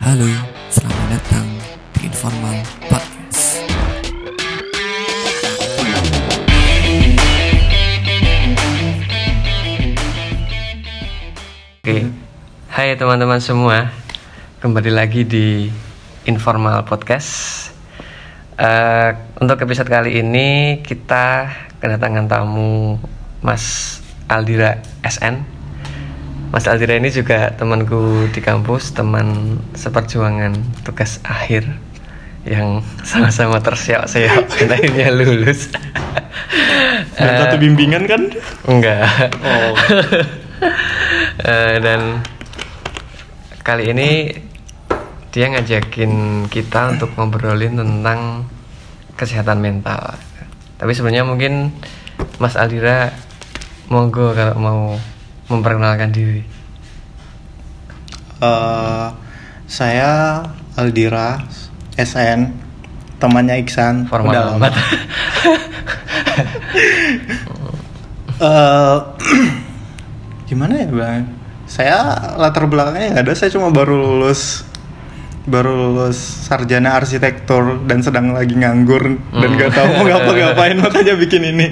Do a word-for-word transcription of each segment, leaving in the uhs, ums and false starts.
Halo, selamat datang di Informal Podcast. Oke, hai teman-teman semua, kembali lagi di Informal Podcast. Uh, untuk episode kali ini kita kedatangan tamu Mas Aldira S N. Mas Aldira ini juga temanku di kampus, teman seperjuangan tugas akhir yang sama-sama terseok-seok dan akhirnya lulus. Dan uh, satu bimbingan kan? Enggak. Oh. uh, dan kali ini dia ngajakin kita untuk ngobrolin tentang kesehatan mental. Tapi sebenarnya mungkin Mas Aldira monggo kalau mau memperkenalkan diri. Uh, saya Aldira S N, temannya Iksan. Formal banget. uh, gimana ya bang? Saya latar belakangnya nggak ada. Saya cuma baru lulus, baru lulus sarjana arsitektur dan sedang lagi nganggur hmm. dan nggak tahu mau ngapa-ngapain makanya bikin ini.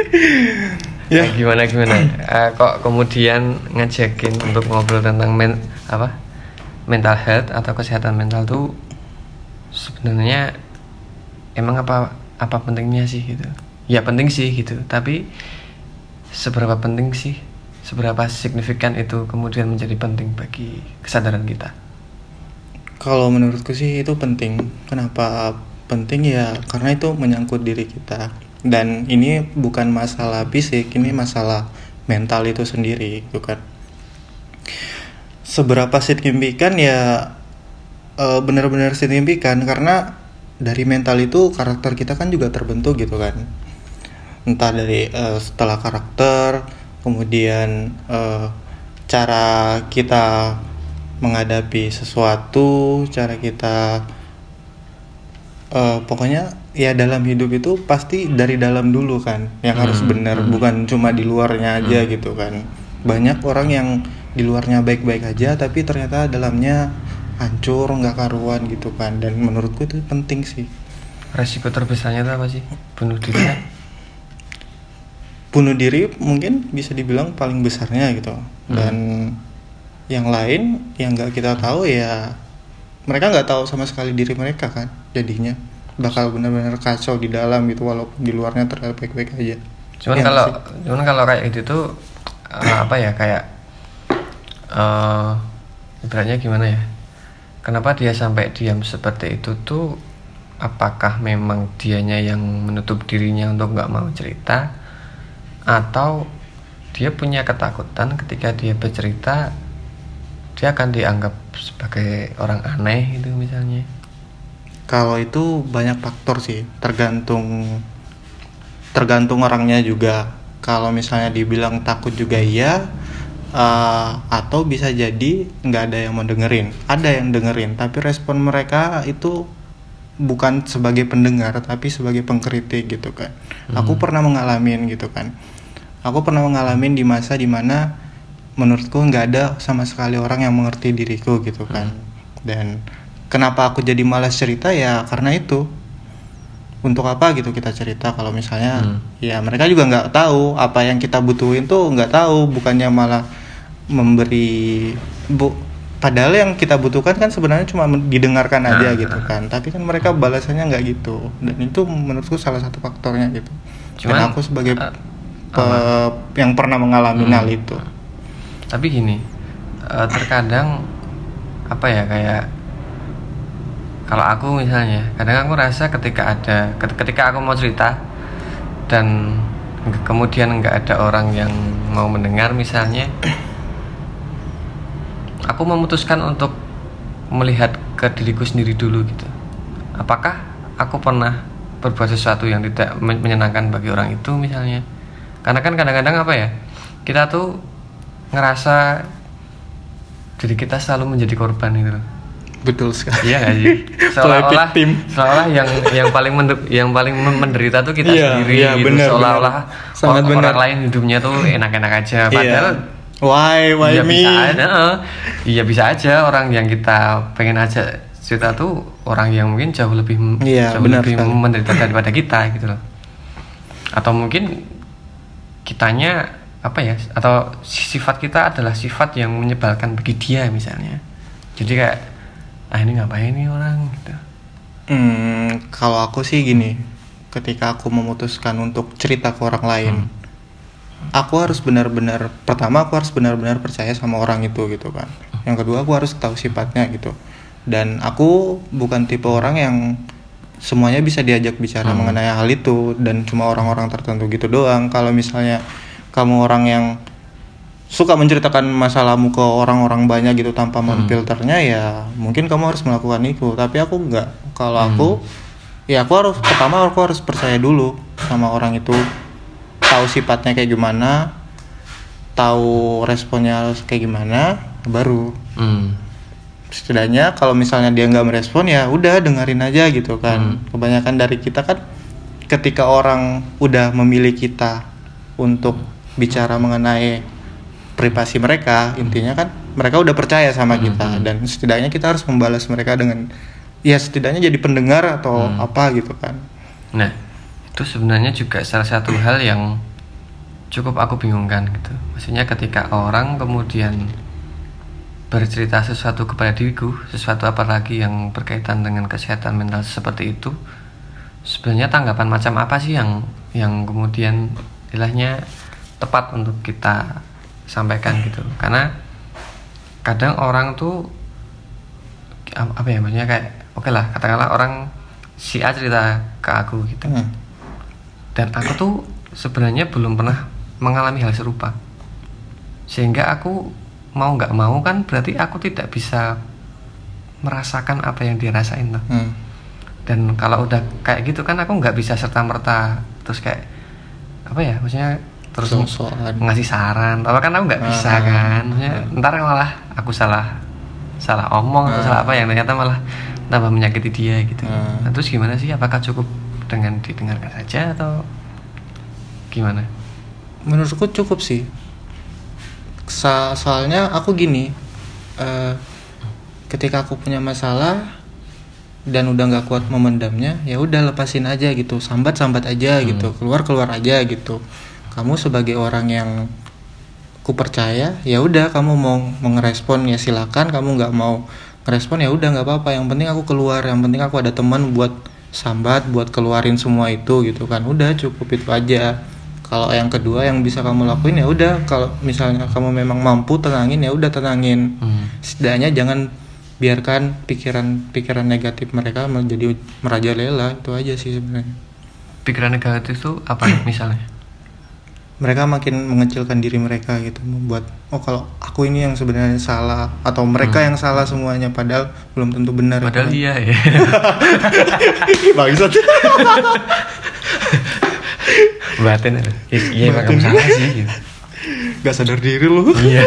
Ya. Nah, gimana gimana? Uh, kok kemudian ngajakin untuk ngobrol tentang men, apa mental health atau kesehatan mental tuh sebenarnya emang apa apa pentingnya sih gitu? Ya penting sih gitu. Tapi seberapa penting sih? Seberapa signifikan itu kemudian menjadi penting bagi kesadaran kita? Kalau menurutku sih itu penting. Kenapa penting ya? Karena itu menyangkut diri kita. Dan ini bukan masalah fisik, ini masalah mental itu sendiri, gitu kan. Seberapa signifikan ya e, benar-benar signifikan karena dari mental itu karakter kita kan juga terbentuk gitu kan. Entah dari e, setelah karakter, kemudian e, cara kita menghadapi sesuatu, cara kita e, pokoknya ya dalam hidup itu pasti dari dalam dulu kan yang hmm, harus benar, hmm. bukan cuma di luarnya aja hmm. gitu kan. Banyak orang yang di luarnya baik-baik aja tapi ternyata dalamnya hancur, nggak karuan gitu kan. Dan menurutku itu penting sih. Resiko terbesarnya itu apa sih? Bunuh diri kan? Bunuh diri mungkin bisa dibilang paling besarnya gitu. Dan hmm. yang lain yang nggak kita tahu ya mereka nggak tahu sama sekali diri mereka kan, jadinya bakal benar-benar kacau di dalam gitu walaupun di luarnya terlihat baik-baik aja. Cuman ya, kalau sih? cuman kalau kayak gitu tuh uh, apa ya kayak uh, ibaratnya gimana ya? Kenapa dia sampai diam seperti itu tuh? Apakah memang dianya yang menutup dirinya untuk nggak mau cerita, atau dia punya ketakutan ketika dia bercerita dia akan dianggap sebagai orang aneh gitu misalnya? Kalau itu banyak faktor sih, tergantung tergantung orangnya juga. Kalau misalnya dibilang takut juga iya, uh, atau bisa jadi nggak ada yang mau dengerin. Ada yang dengerin, tapi respon mereka itu bukan sebagai pendengar, tapi sebagai pengkritik gitu kan. Hmm. Aku pernah mengalami gitu kan. Aku pernah mengalami di masa dimana menurutku nggak ada sama sekali orang yang mengerti diriku gitu kan. Hmm. Dan kenapa aku jadi malas cerita ya karena itu. Untuk apa gitu kita cerita kalau misalnya hmm. ya mereka juga nggak tahu apa yang kita butuhin tuh nggak tahu, bukannya malah memberi bu padahal yang kita butuhkan kan sebenarnya cuma didengarkan aja nah, gitu kan, tapi kan mereka balasannya nggak gitu. Dan itu menurutku salah satu faktornya gitu. Cuman, dan aku sebagai uh, pe, yang pernah mengalami hmm. hal itu. Tapi gini, uh, terkadang apa ya kayak kalau aku misalnya, kadang aku rasa ketika ada, ketika aku mau cerita dan kemudian nggak ada orang yang mau mendengar misalnya, aku memutuskan untuk melihat ke diriku sendiri dulu gitu. Apakah aku pernah berbuat sesuatu yang tidak menyenangkan bagi orang itu misalnya? Karena kan kadang-kadang apa ya, kita tuh ngerasa diri kita selalu menjadi korban gitu. Betul sekali. Iya nggak sih? Seolah-olah, seolah yang yang paling mender, yang paling menderita tuh kita yeah, sendiri. Yeah, gitu. Bener, seolah-olah bener. Or, orang bener. lain hidupnya tuh enak-enak aja. Padahal yeah. Why, why Iya me? bisa aja, eh. Iya bisa aja orang yang kita pengen aja cerita tuh orang yang mungkin jauh lebih Iya, jauh benar lebih sekali. menderita daripada kita gitu loh. Atau mungkin kitanya apa ya? Atau sifat kita adalah sifat yang menyebalkan bagi dia misalnya. Jadi kayak ah ini ngapain nih orang gitu. Hmm, kalau aku sih gini, ketika aku memutuskan untuk cerita ke orang lain, Hmm. aku harus benar-benar, pertama aku harus benar-benar percaya sama orang itu gitu kan. Yang kedua aku harus tahu sifatnya gitu. Dan aku bukan tipe orang yang semuanya bisa diajak bicara Hmm. mengenai hal itu dan cuma orang-orang tertentu gitu doang. Kalau misalnya kamu orang yang suka menceritakan masalahmu ke orang-orang banyak gitu tanpa Hmm. memfilternya, ya mungkin kamu harus melakukan itu. Tapi aku enggak. Kalau Hmm. aku, ya aku harus pertama aku harus percaya dulu sama orang itu, tahu sifatnya kayak gimana, tahu responnya harus kayak gimana, baru Hmm. setidaknya kalau misalnya dia nggak merespon ya udah dengerin aja gitu kan. Hmm. Kebanyakan dari kita kan ketika orang udah memilih kita untuk bicara mengenai privasi mereka, intinya kan mereka udah percaya sama Hmm. kita, dan setidaknya kita harus membalas mereka dengan ya setidaknya jadi pendengar atau Hmm. apa gitu kan. Nah, itu sebenarnya juga salah satu hal yang cukup aku bingungkan gitu. Maksudnya ketika orang kemudian bercerita sesuatu kepada diriku, sesuatu apalagi yang berkaitan dengan kesehatan mental seperti itu, sebenarnya tanggapan macam apa sih yang yang kemudian istilahnya tepat untuk kita sampaikan gitu. Karena kadang orang tuh apa ya, maksudnya kayak oke lah katakanlah orang si A cerita ke aku gitu, Hmm. dan aku tuh sebenarnya belum pernah mengalami hal serupa, sehingga aku mau nggak mau kan berarti aku tidak bisa merasakan apa yang dia rasain tuh. Hmm. Dan kalau udah kayak gitu kan aku nggak bisa serta merta terus kayak apa ya, maksudnya terus So-soan. ngasih saran, apa kan aku nggak bisa Ah. kan, maksudnya ntar malah aku salah salah omong atau Ah. salah apa yang ternyata malah tambah menyakiti dia gitu. Ah. Nah, terus gimana sih, apakah cukup dengan didengarkan saja atau gimana? Menurutku cukup sih. So- soalnya aku gini, eh, ketika aku punya masalah dan udah nggak kuat memendamnya, ya udah lepasin aja gitu, sambat-sambat aja Hmm. gitu, keluar-keluar aja gitu. Kamu sebagai orang yang ku percaya, ya udah kamu mau mau ngerespon ya silakan, kamu nggak mau ngerespon ya udah nggak apa-apa. Yang penting aku keluar, yang penting aku ada teman buat sambat, buat keluarin semua itu gitu kan. Udah cukup itu aja. Kalau yang kedua yang bisa kamu lakuin ya udah, kalau misalnya kamu memang mampu tenangin ya udah tenangin. Hmm. Setidaknya jangan biarkan pikiran-pikiran negatif mereka menjadi merajalela, itu aja sih sebenarnya. Pikiran negatif itu apa misalnya? Mereka makin mengecilkan diri mereka gitu, membuat oh kalau aku ini yang sebenarnya salah atau mereka Hmm. yang salah semuanya, padahal belum tentu benar. Padahal gitu. iya ya. Bangsat. Batin itu. Iya emang kamu Batin. salah sih gitu. Gak sadar diri lu. Iya.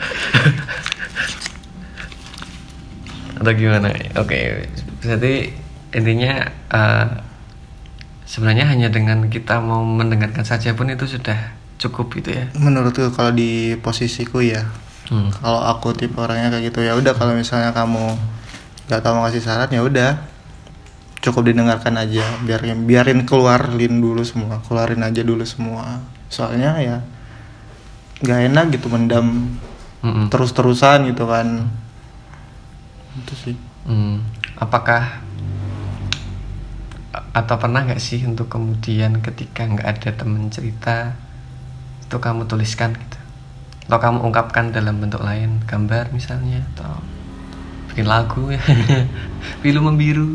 Atau gimana? Oke, berarti intinya eh, sebenarnya hanya dengan kita mau mendengarkan saja pun itu sudah cukup gitu ya. Menurutku kalau di posisiku ya, Hmm. kalau aku tipe orangnya kayak gitu, ya udah kalau misalnya kamu nggak tahu mau kasih saran ya udah cukup didengarkan aja, biarin biarin keluarin dulu semua, keluarin aja dulu semua. Soalnya ya nggak enak gitu mendam Mm-mm. terus-terusan gitu kan. Itu sih. Hmm. Apakah a- atau pernah nggak sih untuk kemudian ketika nggak ada temen cerita itu kamu tuliskan gitu, atau kamu ungkapkan dalam bentuk lain, gambar misalnya, atau bikin lagu ya, pilu membiru.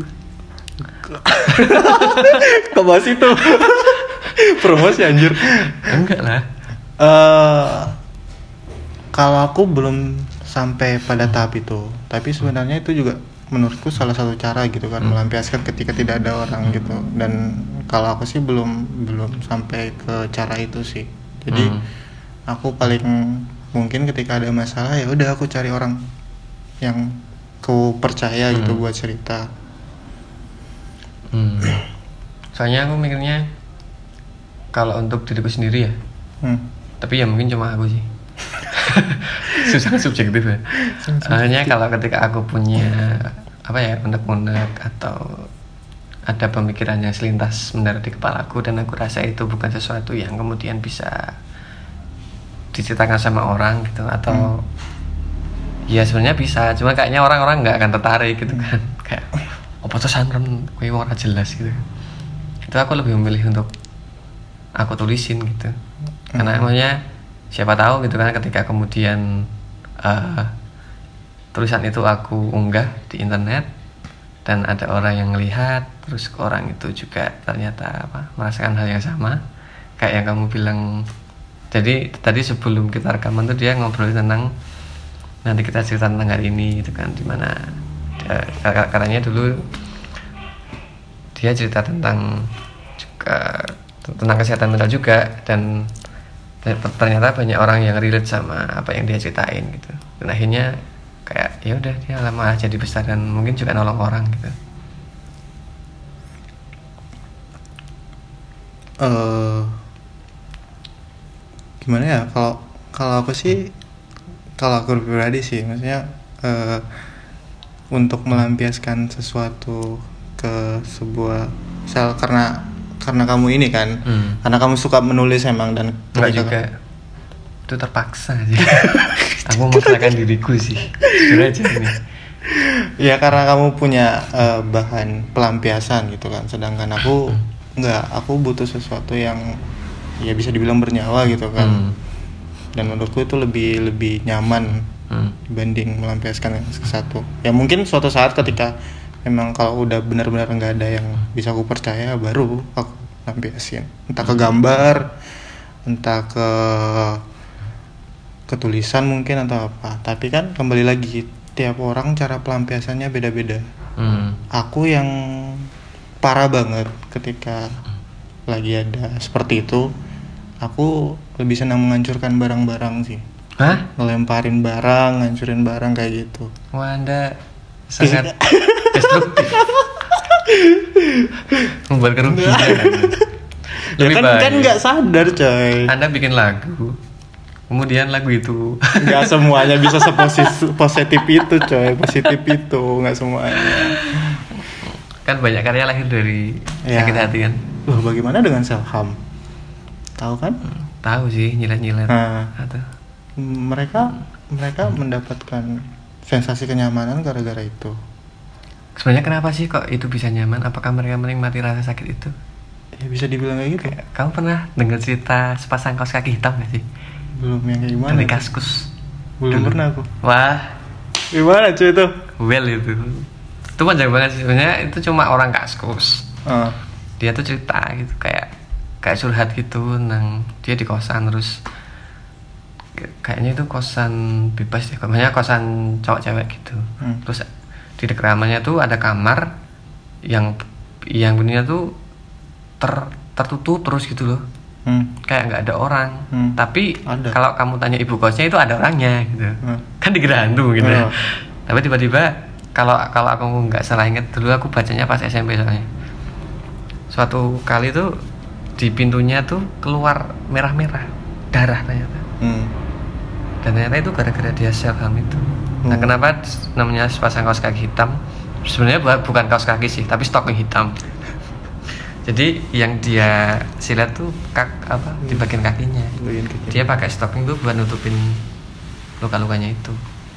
Kebas itu. Promosi anjir. Enggak lah. Eh, kalau aku belum sampai pada tahap itu, tapi sebenarnya itu juga menurutku salah satu cara gitu kan, Hmm. melampiaskan ketika tidak ada orang gitu. Dan kalau aku sih belum belum sampai ke cara itu sih. Jadi Hmm. aku paling mungkin ketika ada masalah ya udah aku cari orang yang ku percaya gitu Hmm. buat cerita. Hmm. Soalnya aku mikirnya kalau untuk diriku sendiri ya, Hmm. tapi ya mungkin cuma aku sih. susah subjektif ya. Hanya kalau ketika aku punya apa ya unek-unek atau ada pemikiran yang selintas mendarat di kepalaku dan aku rasa itu bukan sesuatu yang kemudian bisa diceritakan sama orang gitu atau hmm. ya sebenarnya bisa, cuma kayaknya orang-orang nggak akan tertarik gitu kan, kayak apa tuh sanren, kue ora jelas gitu. Itu aku lebih memilih untuk aku tulisin gitu, karena hmm. maksudnya siapa tahu gitu kan ketika kemudian uh, tulisan itu aku unggah di internet dan ada orang yang ngelihat, terus orang itu juga ternyata apa merasakan hal yang sama kayak yang kamu bilang. Jadi tadi sebelum kita rekaman tuh dia ngobrol tentang nanti kita cerita tentang hari ini gitu kan, dimana katanya dulu dia cerita tentang juga tentang kesehatan mental juga, dan ternyata banyak orang yang relate sama apa yang dia ceritain gitu, dan akhirnya kayak ya udah dia lama jadi besar dan mungkin juga nolong orang gitu. Uh, gimana ya, kalau kalau aku sih kalau aku pribadi sih maksudnya uh, untuk melampiaskan sesuatu ke sebuah misal karena karena kamu ini kan hmm. karena kamu suka menulis emang dan enggak juga itu terpaksa sih. Aku memaksakan diriku sih sebenarnya ini ya karena kamu punya uh, bahan pelampiasan gitu kan, sedangkan aku hmm. enggak, aku butuh sesuatu yang ya bisa dibilang bernyawa gitu kan. hmm. Dan menurutku itu lebih lebih nyaman hmm. dibanding melampiaskan yang satu. Ya mungkin suatu saat ketika memang kalau udah benar-benar nggak ada yang bisa aku percaya, baru aku lampiasin. Entah ke gambar, entah ke ketulisan mungkin atau apa. Tapi kan kembali lagi tiap orang cara pelampiasannya beda-beda. Hmm. Aku yang parah banget ketika lagi ada seperti itu, aku lebih senang menghancurkan barang-barang sih. Hah? Ngelemparin barang, ngancurin barang kayak gitu. Wah, Anda sangat destruktif. Membuat kerugian. Ya kan kan nggak sadar coy. Anda bikin lagu, kemudian lagu itu nggak semuanya bisa sepositif itu coy, positif itu nggak semuanya. Kan banyak karya lahir dari ya. Sakit hati kan. Loh, bagaimana dengan self harm? Tahu kan? Hmm, tahu sih, nyilet-nyilet. Nah, atau mereka mereka mendapatkan sensasi kenyamanan gara-gara itu. Sebenarnya kenapa sih kok itu bisa nyaman? Apakah mereka menikmati rasa sakit itu? Ya bisa dibilang kayak gitu. Kayak, kamu pernah dengar cerita sepasang kaos kaki hitam gak sih? Belum, yang kayak gimana? Dari Kaskus. Belum Dulu. pernah aku. Wah, gimana cuy itu? Well itu. Itu panjang banget sih. Sebenarnya itu cuma orang Kaskus. Uh. Dia tuh cerita gitu kayak kayak curhat gitu tentang dia di kosan, terus kayaknya itu kosan bebas ya, namanya kosan cowok cewek gitu. Hmm. Terus di dekat kamarnya tuh ada kamar yang yang bunyinya tuh ter tertutup terus gitu loh. Hmm. Kayak nggak ada orang. Hmm. Tapi ada. Kalau kamu tanya ibu kosnya itu ada orangnya gitu. Hmm. Kan dikira hantu gitu. Hmm. Tapi tiba-tiba kalau kalau aku nggak salah ingat dulu aku bacanya pas S M P soalnya. Suatu kali tuh di pintunya tuh keluar merah-merah darah ternyata. Hmm. Dan ternyata itu gara-gara dia self harm itu. Hmm. Nah, kenapa namanya sepasang kaos kaki hitam? Sebenarnya bukan kaos kaki sih, tapi stocking hitam. Jadi yang dia silat tuh kak apa di bagian kakinya. Dia pakai stocking tuh buat nutupin luka-lukanya itu.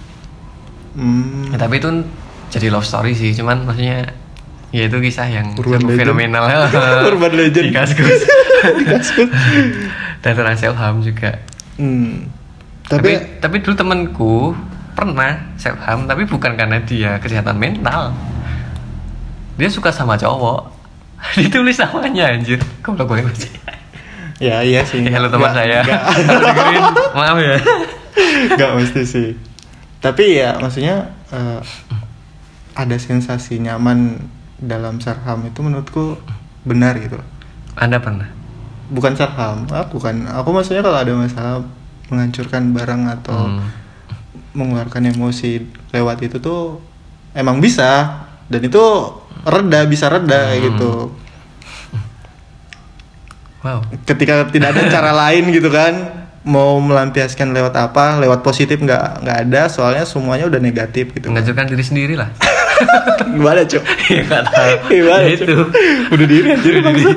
Hmm. Nah, tapi itu jadi love story sih, cuman maksudnya ya itu kisah yang cukup fenomenal. Urban legend. Di Kaskus. Di Kaskus. Dan tentang self harm juga. Hmm. Tapi, tapi tapi dulu temanku pernah self harm, tapi bukan karena dia kesehatan mental. Dia suka sama cowok. Ditulis namanya anjir. Kau lo boleh sih. Ya iya sih. Ya, halo teman saya. Dengerin. Maaf ya. Enggak mesti sih. Tapi ya maksudnya uh, ada sensasi nyaman dalam self harm itu menurutku benar gitu. Anda pernah? Bukan self harm, ah, bukan. Aku maksudnya kalau ada masalah menghancurkan barang atau hmm. mengeluarkan emosi lewat itu tuh emang bisa, dan itu reda, bisa reda hmm. gitu. Wow. Ketika tidak ada cara lain gitu kan, mau melampiaskan lewat apa, lewat positif nggak nggak ada, soalnya semuanya udah negatif gitu. Menghancurkan diri sendiri lah. Gimana Cuk? Ya nggak tahu. Gimana Ya Cuk? itu. Bunuh diri anjir maksud.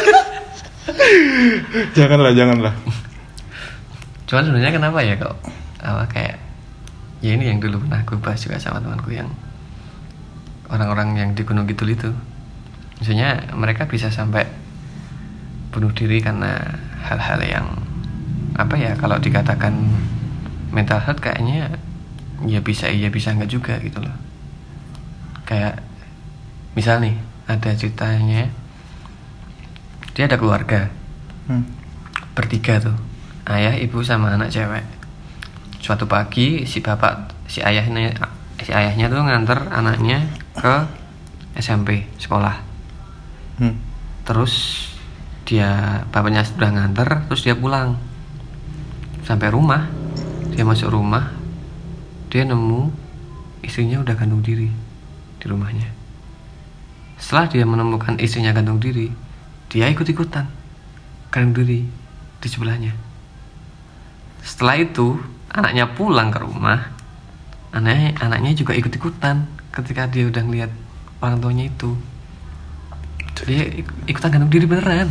Janganlah, janganlah. Cuman sebenarnya kenapa ya kok apa kayak ya ini yang dulu pernah gue bahas juga sama temanku yang orang-orang yang di Gunung Kidul itu. Misalnya mereka bisa sampai bunuh diri karena hal-hal yang apa ya, kalau dikatakan mental health kayaknya ya bisa iya bisa enggak juga gitu loh. Kayak misal nih ada ceritanya dia ada keluarga Hmm. bertiga tuh, ayah, ibu sama anak cewek. Suatu pagi si bapak si ayahnya si ayahnya tuh nganter anaknya ke S M P sekolah. Hmm. Terus dia bapaknya sudah nganter, terus dia pulang. Sampai rumah, dia masuk rumah, dia nemu istrinya udah gantung diri di rumahnya. Setelah dia menemukan istrinya gantung diri, dia ikut-ikutan gantung diri di sebelahnya. Setelah itu anaknya pulang ke rumah, anaknya anaknya juga ikut-ikutan ketika dia udah ngeliat orang tuanya itu. Dia ik- ikutan gantung diri beneran.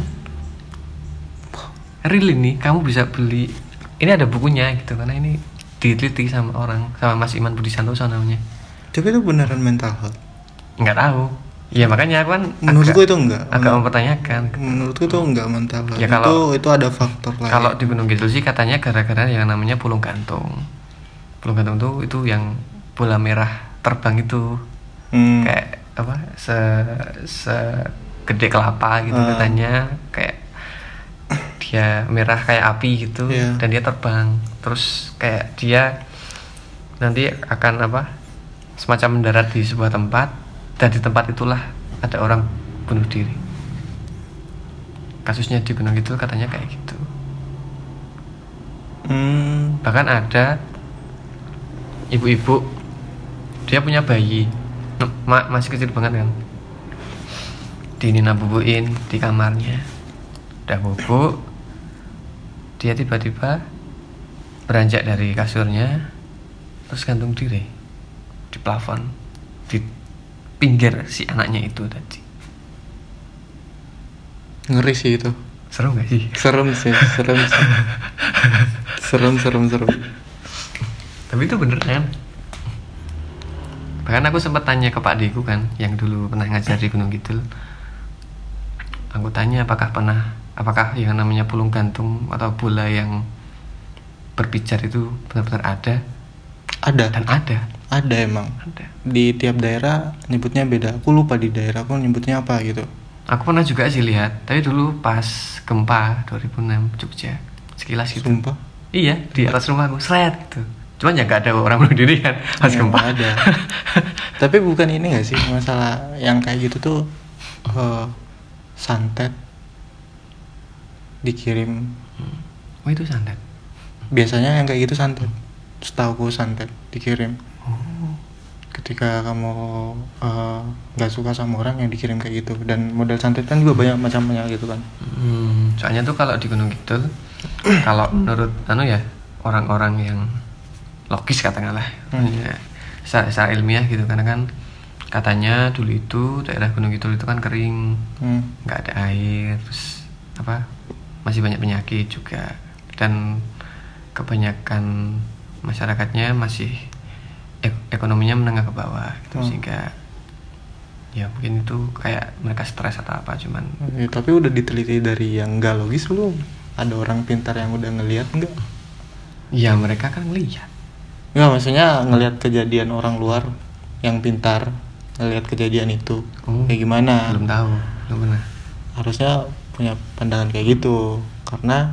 Really nih, kamu bisa beli. Ini ada bukunya gitu, karena ini diteliti sama orang, sama Mas Iman Budi Santoso namanya. Tapi itu beneran mental health? Nggak tahu. Ya makanya aku kan Menurutku agak, itu enggak. agak Menur- mempertanyakan. Menurutku itu enggak mental health. Ya, itu kalau- itu ada faktor lain. Kalau di Gunung Kidul sih katanya gara-gara yang namanya pulung gantung. Pulung gantung tuh itu yang bola merah terbang itu. Hmm. Kayak apa? Se se gede kelapa gitu Ah. katanya, kayak dia merah kayak api gitu. Iya. Dan dia terbang. Terus kayak dia nanti akan apa? Semacam mendarat di sebuah tempat, dan di tempat itulah ada orang bunuh diri. Kasusnya di Gunung Kidul katanya kayak gitu. Hmm. Bahkan ada ibu-ibu, dia punya bayi, Ma- masih kecil banget kan, dinina bubuin di kamarnya. Udah bubuk, dia tiba-tiba beranjak dari kasurnya, terus gantung diri di plafon, di pinggir si anaknya itu tadi. Ngeri sih itu. Seru gak sih? Serem sih, serem sih. serem, serem, serem. Tapi itu bener kan? Bahkan aku sempat tanya ke Pak Deku kan, yang dulu pernah ngajar di Gunung Kidul. Aku tanya apakah pernah, apakah yang namanya pulung gantung atau bola yang berpijar itu benar-benar ada? Ada. Dan ada. Ada emang. Ada. Di tiap daerah nyebutnya beda. Aku lupa di daerah aku nyebutnya apa gitu. Aku pernah juga sih lihat, tapi dulu pas gempa dua ribu enam Jogja, sekilas gitu. Sumpah. Iya, di atas rumahku, seret gitu. Cuman ya gak ada orang bunuh diri kan pas Ya, gempa. nggak ada. Tapi bukan ini gak sih masalah yang kayak gitu tuh eh, santet dikirim. Oh itu santet. Biasanya yang kayak gitu santet. Setahuku santet dikirim. Oh. Ketika kamu eh, nggak suka sama orang yang dikirim kayak gitu, dan model santet kan juga banyak macamnya gitu kan. Hmm, soalnya tuh kalau di Gunung Kidul, kalau menurut anu ya orang-orang yang logis katakanlah, Hmm. ya, secara, secara ilmiah gitu, karena kan katanya dulu itu daerah Gunung Kidul itu kan kering, Hmm. nggak ada air, terus apa masih banyak penyakit juga, dan kebanyakan masyarakatnya masih ek- ekonominya menengah ke bawah gitu, Hmm. sehingga ya mungkin itu kayak mereka stres atau apa, cuman Eh, tapi udah diteliti dari yang nggak logis belum? Ada orang pintar yang udah ngelihat nggak? ya mereka kan ngeliat. Nggak, maksudnya ngelihat kejadian orang luar yang pintar ngelihat kejadian itu Oh, kayak gimana? belum tahu, belum pernah. Harusnya punya pandangan kayak gitu, karena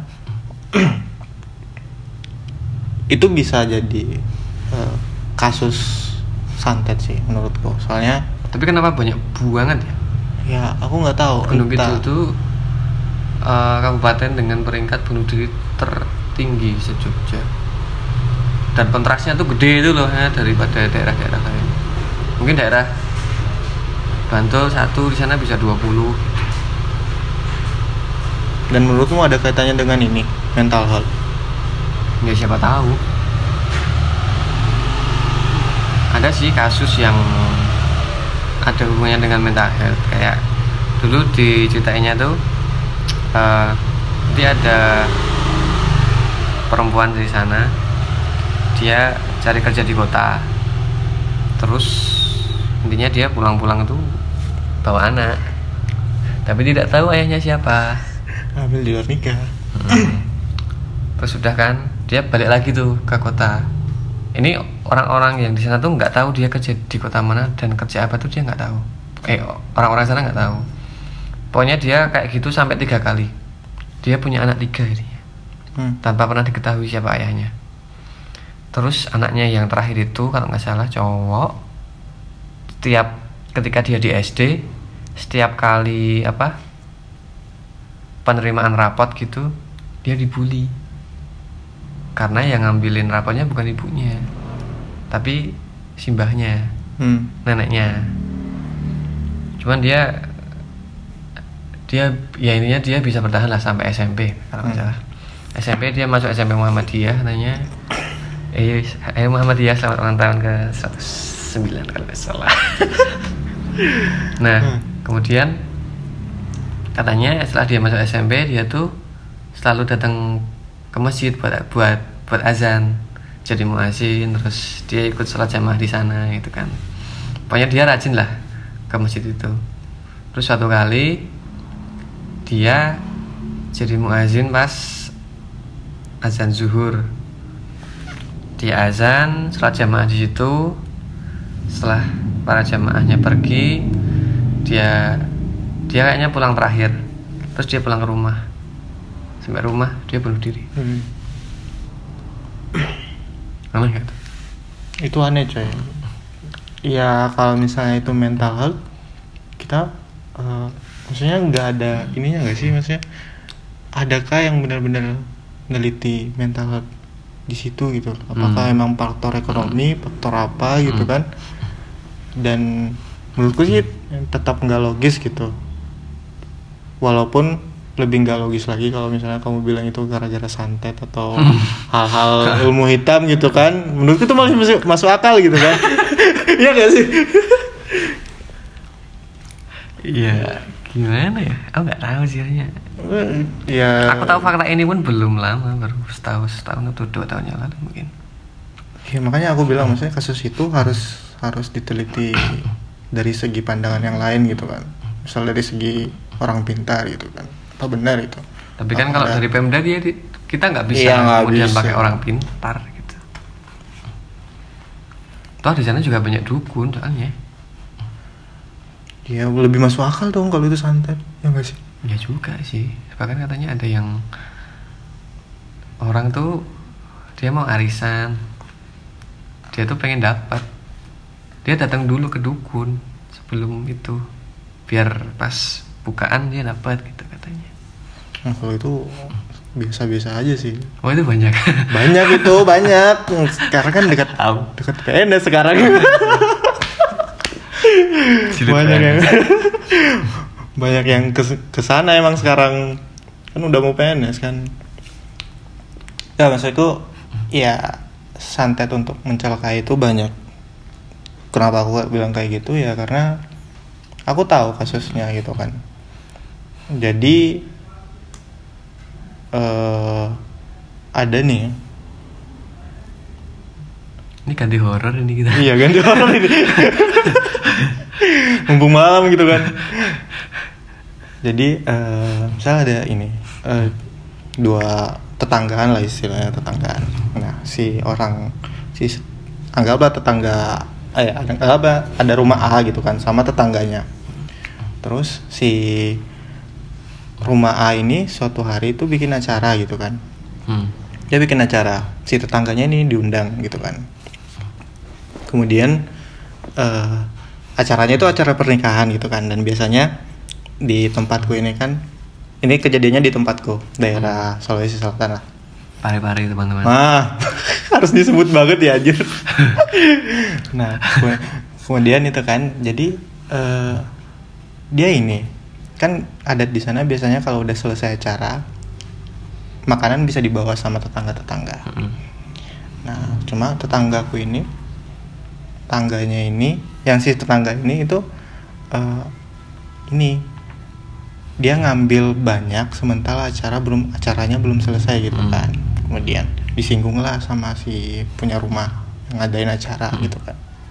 itu bisa jadi eh, kasus santet sih menurutku. Soalnya Tapi kenapa banyak buangan ya? ya aku nggak tahu. Gunung entah. Kidul itu uh, kabupaten dengan peringkat bunuh diri tertinggi se-Jogja. Dan kontrasnya tuh gede itu loh ya, daripada daerah-daerah lain. Mungkin daerah Bantul satu di sana bisa dua puluh. Dan menurutmu ada kaitannya dengan ini mental health? Ya siapa tahu. Ada sih kasus yang ada hubungannya dengan mental health. Kayak dulu diceritainnya tuh uh, dia ada perempuan dari sana, dia cari kerja di kota, terus intinya dia pulang-pulang tuh bawa anak, tapi tidak tahu ayahnya siapa. Hamil di luar nikah. Hmm. Terus sudah kan dia balik lagi tuh ke kota. Ini orang-orang yang di sana tuh nggak tahu dia kerja di kota mana dan kerja apa tuh dia nggak tahu. Eh orang-orang sana nggak tahu. Pokoknya dia kayak gitu sampai tiga kali. Dia punya anak tiga ini. Hmm. Tanpa pernah diketahui siapa ayahnya. Terus anaknya yang terakhir itu kalau nggak salah cowok, setiap ketika dia di S D, setiap kali apa penerimaan rapot gitu dia dibully karena yang ngambilin rapotnya bukan ibunya tapi simbahnya, hmm. neneknya. Cuman dia dia ya intinya dia bisa bertahan lah sampai S M P kalau nggak hmm. salah. S M P dia masuk S M P Muhammadiyah nanya eh, eh Muhammadiyah selamat ulang tahun ke seratus sembilan kalau nggak salah. Nah hmm. kemudian katanya setelah dia masuk S M P dia tuh selalu datang ke masjid buat buat buat azan jadi muazin, terus dia ikut sholat jamaah di sana gitu kan. Pokoknya dia rajin lah ke masjid itu. Terus suatu kali dia jadi muazin pas azan zuhur. Dia azan, sholat jamaah di situ. Setelah para jamaahnya pergi, dia dia kayaknya pulang terakhir. Terus dia pulang ke rumah. Sampai rumah dia bunuh diri. Hmm. Aneh gak tuh? Itu aneh coy. Ya kalau misalnya itu mental health, kita uh, maksudnya nggak ada ininya nggak sih, maksudnya adakah yang benar-benar neliti mental health di situ gitu? Apakah hmm. emang faktor ekonomi, faktor apa gitu hmm. kan? Dan menurutku sih tetap nggak logis gitu. Walaupun lebih nggak logis lagi kalau misalnya kamu bilang itu gara-gara santet atau hal-hal ilmu hitam gitu kan? Menurutku itu malah masuk, masuk akal gitu kan? Iya nggak sih? Iya. Gimana ya? Aku nggak tahu sih hanya. Ya. Aku tahu fakta ini pun belum lama, baru setahun setahun atau dua tahun yang lalu mungkin. Ya makanya aku bilang maksudnya kasus itu harus harus diteliti dari segi pandangan yang lain gitu kan. Misal dari segi orang pintar gitu kan. Apa benar itu? Tapi kan kalau dari Pemda dia kita nggak bisa iya, kemudian bisa. pakai orang pintar gitu. Toh di sana juga banyak dukun soalnya. Ya lebih masuk akal dong kalau itu santet, ya nggak sih? Ya juga sih, bahkan katanya ada yang orang tuh dia mau arisan, dia tuh pengen dapat, dia datang dulu ke dukun sebelum itu, biar pas bukaan dia dapat gitu katanya. Nah, kalau itu biasa-biasa aja sih. Oh itu banyak. Banyak itu banyak. Sekarang kan dekat dekat P N S sekarang. banyak yang banyak yang kes, kesana emang sekarang kan udah mau P N S kan. Ya maksudku ya santet untuk mencelakai itu banyak. Kenapa aku bilang kayak gitu ya karena aku tahu kasusnya gitu kan. Jadi uh, ada nih. Ini ganti horor ini kita. Iya ganti horor ini. Mumpung malam gitu kan. Jadi uh, misalnya ada ini uh, dua tetanggaan lah istilahnya tetanggaan. Nah si orang si anggaplah tetangga, eh anggaplah ada rumah A gitu kan sama tetangganya. Terus si rumah A ini suatu hari itu bikin acara gitu kan. Hmm. Dia bikin acara, si tetangganya ini diundang gitu kan. Kemudian uh, acaranya itu acara pernikahan gitu kan, dan biasanya di tempatku ini kan, ini kejadiannya di tempatku daerah Sulawesi Selatan lah. Pare-pare teman-teman. Nah harus disebut banget ya anjir. Nah kemudian itu kan, jadi uh, dia ini kan adat di sana biasanya kalau udah selesai acara makanan bisa dibawa sama tetangga-tetangga. Mm. Nah, cuma tetanggaku ini, tangganya ini, yang si tetangga ini itu uh, ini dia ngambil banyak sementara acara belum acaranya belum selesai gitu Hmm. kan. Kemudian disinggung lah sama si punya rumah yang ngadain acara Hmm. gitu kan.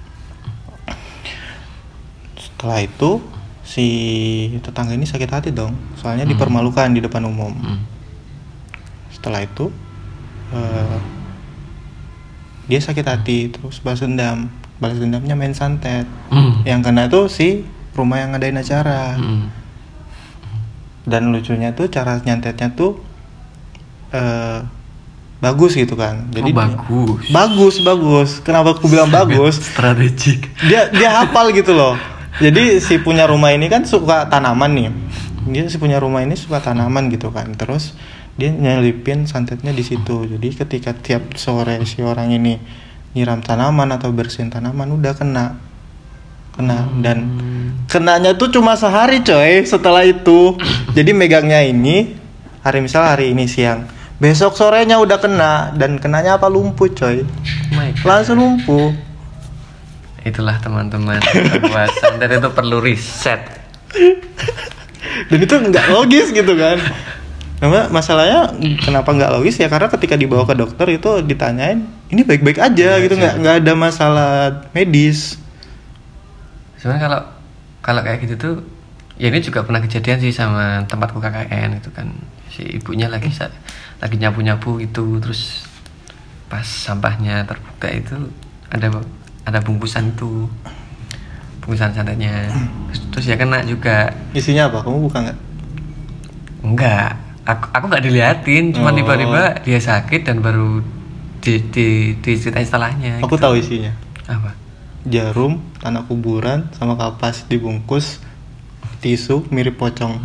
Setelah itu si tetangga ini sakit hati dong, soalnya Hmm. dipermalukan di depan umum. Mm. Setelah itu uh, dia sakit hati, terus balas dendam. Balas dendamnya main santet. Mm. Yang kena tuh si rumah yang ngadain acara. Mm. Dan lucunya tuh cara nyantetnya tuh uh, bagus gitu kan. Jadi Oh, bagus. Bagus, bagus. Kenapa aku bilang bagus? Strategik. Dia dia hafal gitu loh. Jadi si punya rumah ini kan suka tanaman nih. Dia si punya rumah ini suka tanaman gitu kan. Terus dia nyelipin santetnya di situ. Jadi ketika tiap sore si orang ini nyiram tanaman atau bersihin tanaman udah kena. Kena dan kenanya tuh cuma sehari coy setelah itu. Jadi megangnya ini hari misal hari ini siang, besok sorenya udah kena dan kenanya apa lumpuh coy. My God. Langsung lumpuh. Itulah teman-teman bahwa santet itu perlu riset. Dan itu nggak logis gitu kan. Nah, masalahnya kenapa nggak logis ya karena ketika dibawa ke dokter itu ditanyain ini baik-baik aja gitu, nggak nggak ada masalah medis. Sebenarnya kalau kalau kayak gitu tuh, ya ini juga pernah kejadian sih sama tempatku K K N itu kan, si ibunya lagi sa- lagi nyapu-nyapu gitu, terus pas sampahnya terbuka itu ada ada bungkusan itu, bungkusan santetnya, terus, terus ya kena juga. Isinya apa? Kamu buka nggak? Enggak, aku aku nggak diliatin, cuma Oh. tiba-tiba dia sakit dan baru di di diceritain setelahnya. Aku gitu. tahu isinya. Apa? Jarum, tanah kuburan, sama kapas dibungkus tisu mirip pocong.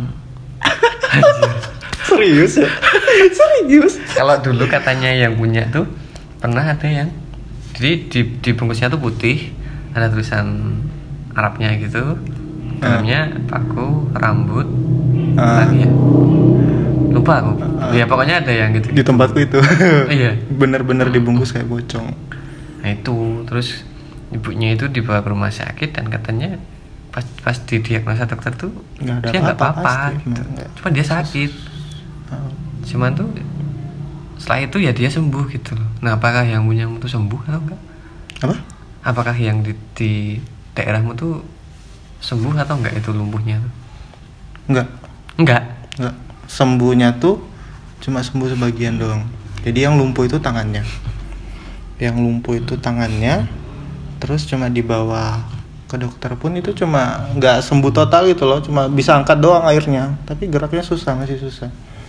Serius ya? Serius? Kalau dulu katanya yang punya tuh pernah ada yang jadi di, di bungkusnya tuh putih, ada tulisan Arabnya gitu, dalamnya paku, rambut, Ah. lagi ya lupa aku. Ya pokoknya ada yang gitu. Di tempatku itu. Iya. Bener-bener dibungkus kayak pocong. Nah itu terus ibunya itu dibawa ke rumah sakit dan katanya pas pas didiagnosa dokter tuh Nggak ada dia nggak apa-apa, apa-apa pasti. gitu. Nggak. Cuma dia sakit. Ah. Cuman tuh setelah itu ya dia sembuh gitu loh. Nah apakah yang punyamu tuh sembuh atau enggak? Apa? Apakah yang di, di daerahmu tuh sembuh atau enggak itu lumpuhnya tuh? Enggak. Enggak. Enggak. Sembuhnya tuh cuma sembuh sebagian doang. Jadi yang lumpuh itu tangannya. Yang lumpuh itu tangannya. Terus cuma dibawa ke dokter pun itu cuma nggak sembuh total gitu loh, cuma bisa angkat doang airnya, tapi geraknya susah, masih susah.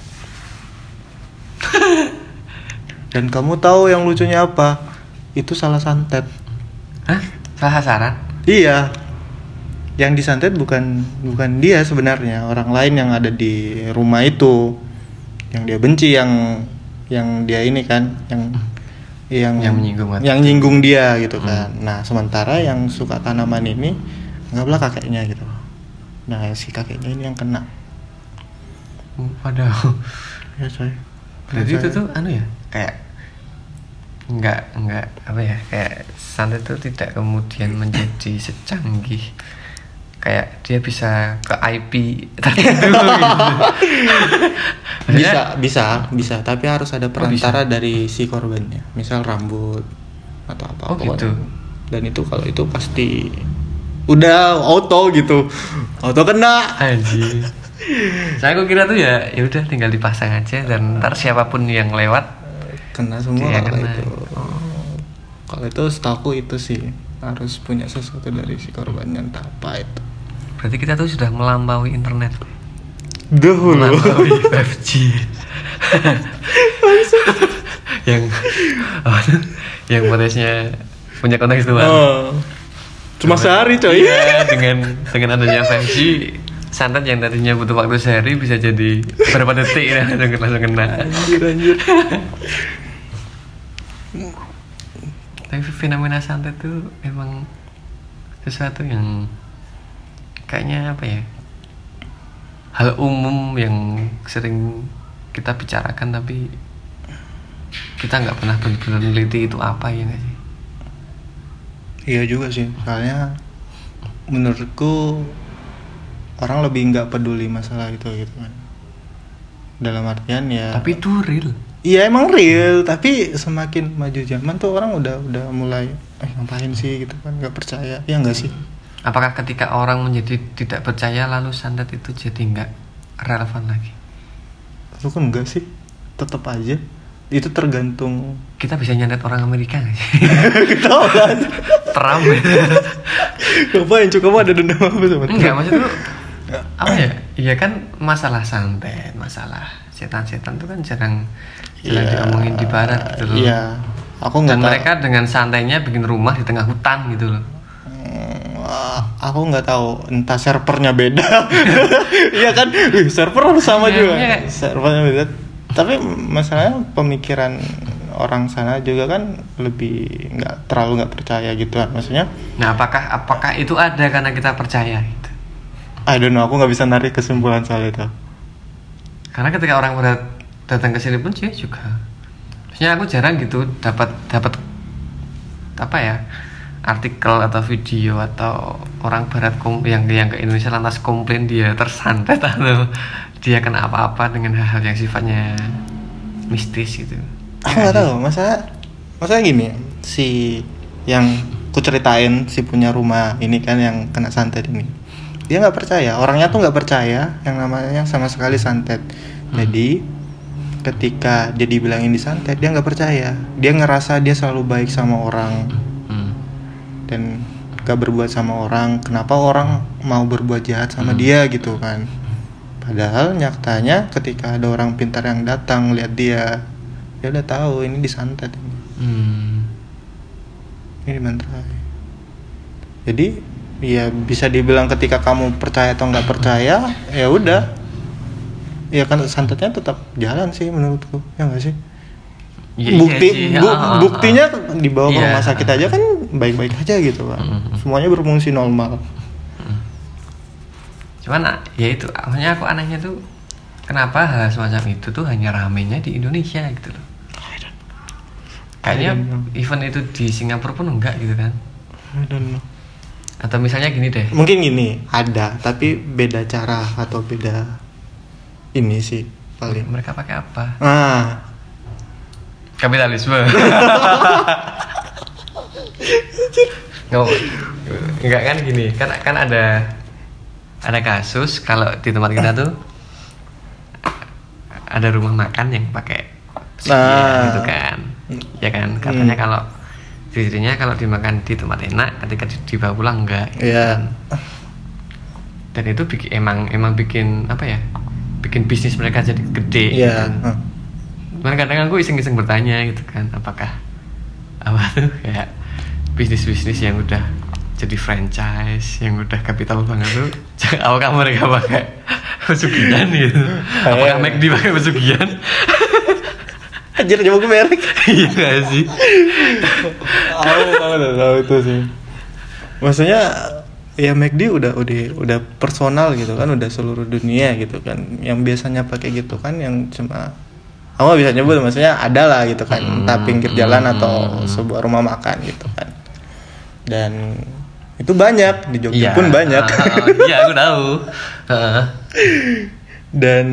Dan kamu tahu yang lucunya apa? Itu salah santet. Hah? Salah sasaran? Iya. Yang disantet bukan bukan dia sebenarnya, orang lain yang ada di rumah itu. Yang dia benci, yang yang dia ini kan, yang yang Yang menyinggung hati. yang nyinggung dia gitu kan. Nah, sementara yang suka tanaman ini anggaplah kakeknya gitu. Nah, si kakeknya ini yang kena. Waduh. Ya, coy. Berarti Ya, itu coy. tuh anu ya, kayak enggak enggak apa ya, kayak santet itu tidak kemudian menjadi secanggih kayak dia bisa ke I P tertentu gitu. bisa bisa bisa tapi harus ada perantara bisa? dari si korbannya, misal rambut atau apa. Oh, pokoknya. gitu. Dan itu kalau itu pasti udah auto gitu, auto kena. Anjir. Saya aku kira tuh ya ya udah tinggal dipasang aja dan ntar siapapun yang lewat Kena semua dia kalau kena. itu. Kalau itu setahu itu sih harus punya sesuatu dari si korbannya, entah apa itu. Berarti kita tuh sudah melampaui internet, Dahulu. melampaui lima G. yang apa tuh? Yang potensinya punya konteks tua. Oh. Cuma sehari coy. Iya, dengan dengan adanya lima G, santet yang tadinya butuh waktu sehari bisa jadi beberapa detik ya langsung langsung kena. Anjir anjir. Tapi fenomena santet tuh emang sesuatu yang kayaknya apa ya, hal umum yang sering kita bicarakan tapi kita nggak pernah benar-benar meneliti itu apa ya nggak sih? Iya juga sih, soalnya menurutku orang lebih nggak peduli masalah itu gitu kan. Dalam artian ya. Tapi itu real. Iya emang real, tapi semakin maju zaman tuh orang udah udah mulai eh ngapain sih gitu kan, nggak percaya, ya nggak sih? Apakah ketika orang menjadi tidak percaya lalu santet itu jadi nggak relevan lagi? Itu kan enggak sih, tetap aja. Itu tergantung. Kita bisa nyantet orang Amerika nggak sih? Tahu kan? Trump. Ngapain cukup ada dendam apa sama? Enggak, maksud lu apa ya? Iya kan masalah santet, masalah setan-setan itu kan jarang jarang Iya, diomongin di barat gitu loh. Iya, aku nggak Dan tahu. mereka dengan santainya bikin rumah di tengah hutan gitu loh. Hmm, wah, aku nggak tahu, entah servernya beda. Iya kan, Wih, server harus sama Iya, juga. iya. Servernya beda. Tapi masalahnya pemikiran orang sana juga kan lebih nggak terlalu nggak percaya gitu kan, maksudnya. Nah, apakah apakah itu ada karena kita percaya gitu? I don't know, aku nggak bisa narik kesimpulan soal itu. Karena ketika orang pada datang ke sini pun sih juga, maksudnya aku jarang gitu dapat dapat apa ya, artikel atau video atau orang barat kom yang yang ke Indonesia lantas komplain dia tersantet atau dia kena apa-apa dengan hal-hal yang sifatnya mistis gitu. Aku nggak tahu, masa masa gini, si yang ku ceritain si punya rumah ini kan yang kena santet ini, dia nggak percaya, orangnya tuh nggak percaya yang namanya sama sekali santet. Hmm. Jadi ketika dia dibilangin disantet, dia nggak percaya, dia ngerasa dia selalu baik sama orang Hmm. dan gak berbuat sama orang. Kenapa orang mau berbuat jahat sama Hmm. dia gitu kan? Padahal nyatanya ketika ada orang pintar yang datang lihat dia, dia udah tahu ini disantet ini. Hmm. Ini dimantra. Jadi ya bisa dibilang ketika kamu percaya atau nggak percaya, ya udah. Ya kan santetnya tetap jalan sih menurutku, ya nggak sih? Iya, Bukti iya sih. bu- Ah, ah, ah. buktinya dibawa ke Iya. rumah sakit aja kan baik-baik aja gitu kan. Mm-mm. Semuanya berfungsi normal. Cuman ya itu, maksudnya aku anehnya tuh kenapa hal semacam itu tuh hanya ramenya di Indonesia gitu loh. Kayaknya I don't know. event itu di Singapura pun enggak gitu kan. I don't know. Atau misalnya gini deh. Mungkin gini, ada tapi beda cara atau beda ini sih paling. Mereka pakai apa? Ah, Kapitalisme. Nggak, enggak kan gini, kan kan ada ada kasus kalau di tempat kita tuh ada rumah makan yang pakai pesugihan Nah. gitu kan, ya kan katanya Hmm. kalau dirinya kalau dimakan di tempat enak, ketika di- dibawa pulang enggak. gitu Iya. kan. Dan itu bikin emang emang bikin apa ya? Bikin bisnis mereka jadi gede. iya. gitu kan. Ah. Cuman kadang aku iseng-iseng bertanya gitu kan, apakah apa tuh kayak bisnis-bisnis yang udah jadi franchise, yang udah kapital banget tuh, apakah mereka pakai pesugihan gitu? Apakah McD pakai pesugihan? Anjir, coba gue merek. Iya gak sih? Aku tahu tahu itu sih. Maksudnya ya McD udah udah udah personal gitu kan, udah seluruh dunia gitu kan. Yang biasanya pakai gitu kan, yang cuma aku bisa nyebut, maksudnya ada lah gitu kan, entah pinggir jalan atau sebuah rumah makan gitu kan. Dan itu banyak di Jogja Iya. pun banyak. Ah, iya aku tahu. Heeh. Dan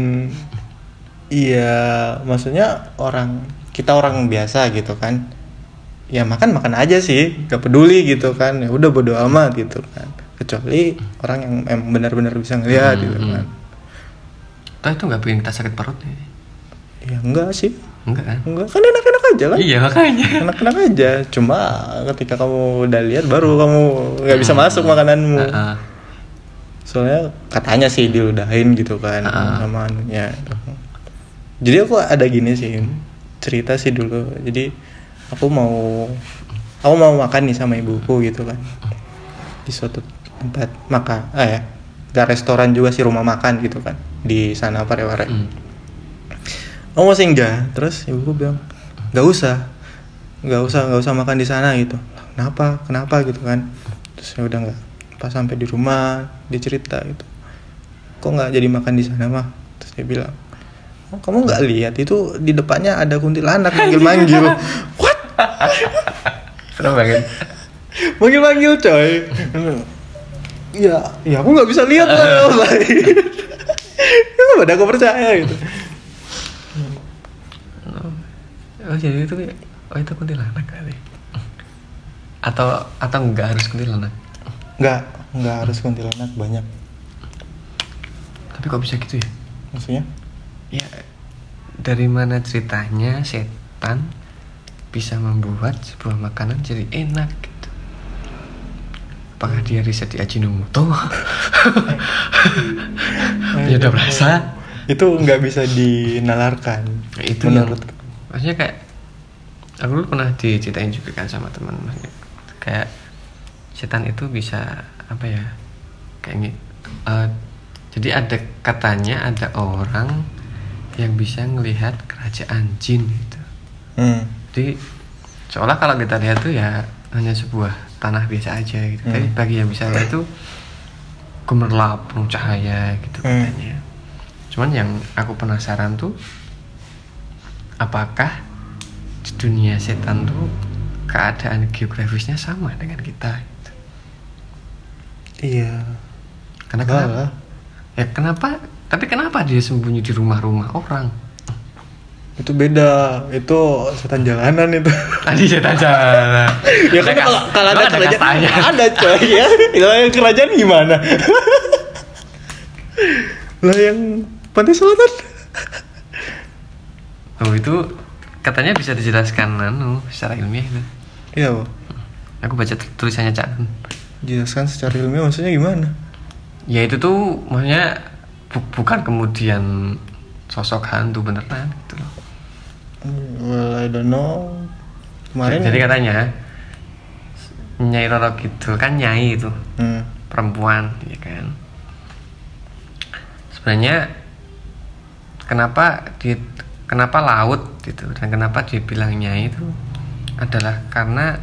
iya, maksudnya orang kita orang biasa gitu kan, ya makan makan aja sih, gak peduli gitu kan, ya udah bodo amat gitu kan, kecuali orang yang emang benar-benar bisa ngeliat Hmm, gitu hmm. kan. Toh itu nggak bikin kita sakit perut nih? Ya enggak sih, Enggak kan? enggak kan, enak-enak aja kan. Iya makanya. Enak-enak aja, cuma ketika kamu udah lihat baru kamu nggak bisa Hmm. masuk makananmu. Heeh. Soalnya katanya sih diludahin gitu kan Ah. sama anunya. Jadi aku ada gini sih cerita sih dulu. Jadi aku mau aku mau makan nih sama ibuku gitu kan di suatu tempat makan, ah ya, gak restoran juga sih, rumah makan gitu kan di sana Parepare. Hmm. Aku mau singgah, terus ibuku bilang nggak usah, nggak usah, nggak usah makan di sana gitu. Kenapa? Kenapa gitu kan? Terus ya udah nggak. Pas sampai di rumah dia cerita gitu, kok nggak jadi makan di sana mah? Terus dia bilang, kamu nggak lihat itu di depannya ada kuntilanak manggil-manggil. What? Serem banget. Manggil-manggil coy. Ya, ya aku nggak bisa lihat lah. Pada aku percaya gitu. Oh jadi itu, oh itu kuntilanak kali. Atau atau nggak harus kuntilanak? Nggak, nggak harus kuntilanak, banyak. Tapi kok bisa gitu ya? Maksudnya? Ya, dari mana ceritanya setan bisa membuat sebuah makanan jadi enak gitu? Apakah dia riset di Ajinomoto? Ya udah berasa. Itu nggak bisa dinalarkan. Itu menurut. Yang, maksudnya kayak aku dulu pernah diceritain juga kan sama teman, kayak setan itu bisa apa ya? Kayak ini. Uh, jadi ada katanya ada orang yang bisa ngelihat kerajaan jin gitu. Hmm. Jadi seolah kalau kita lihat tuh ya hanya sebuah tanah biasa aja gitu. Hmm. Tapi bagi yang bisa lihat itu gemerlap penuh cahaya gitu hmm. katanya. Cuman yang aku penasaran tuh apakah di dunia setan tuh keadaan geografisnya sama dengan kita gitu. Iya. Karena kenapa? Ya kenapa? Tapi kenapa dia sembunyi di rumah-rumah orang? Itu beda, itu setan jalanan itu. Tadi setan jalanan. Ya kan kalau kalau ada kerajaan ada coy ya. Lah yang kerajaan gimana? Lah yang pantai selatan. Oh itu katanya bisa dijelaskan anu secara ilmiah itu. Iya, Bu. Aku baca tulisannya Cak. Jelaskan secara ilmiah maksudnya gimana? Ya itu tuh maksudnya bu- bukan kemudian sosok hantu beneran gitu loh. Well, I don't know. Kemarin jadi katanya Nyai Roro gitu kan Nyai itu hmm. perempuan ya kan. Sebenarnya kenapa di kenapa laut gitu dan kenapa dia bilang Nyai itu adalah karena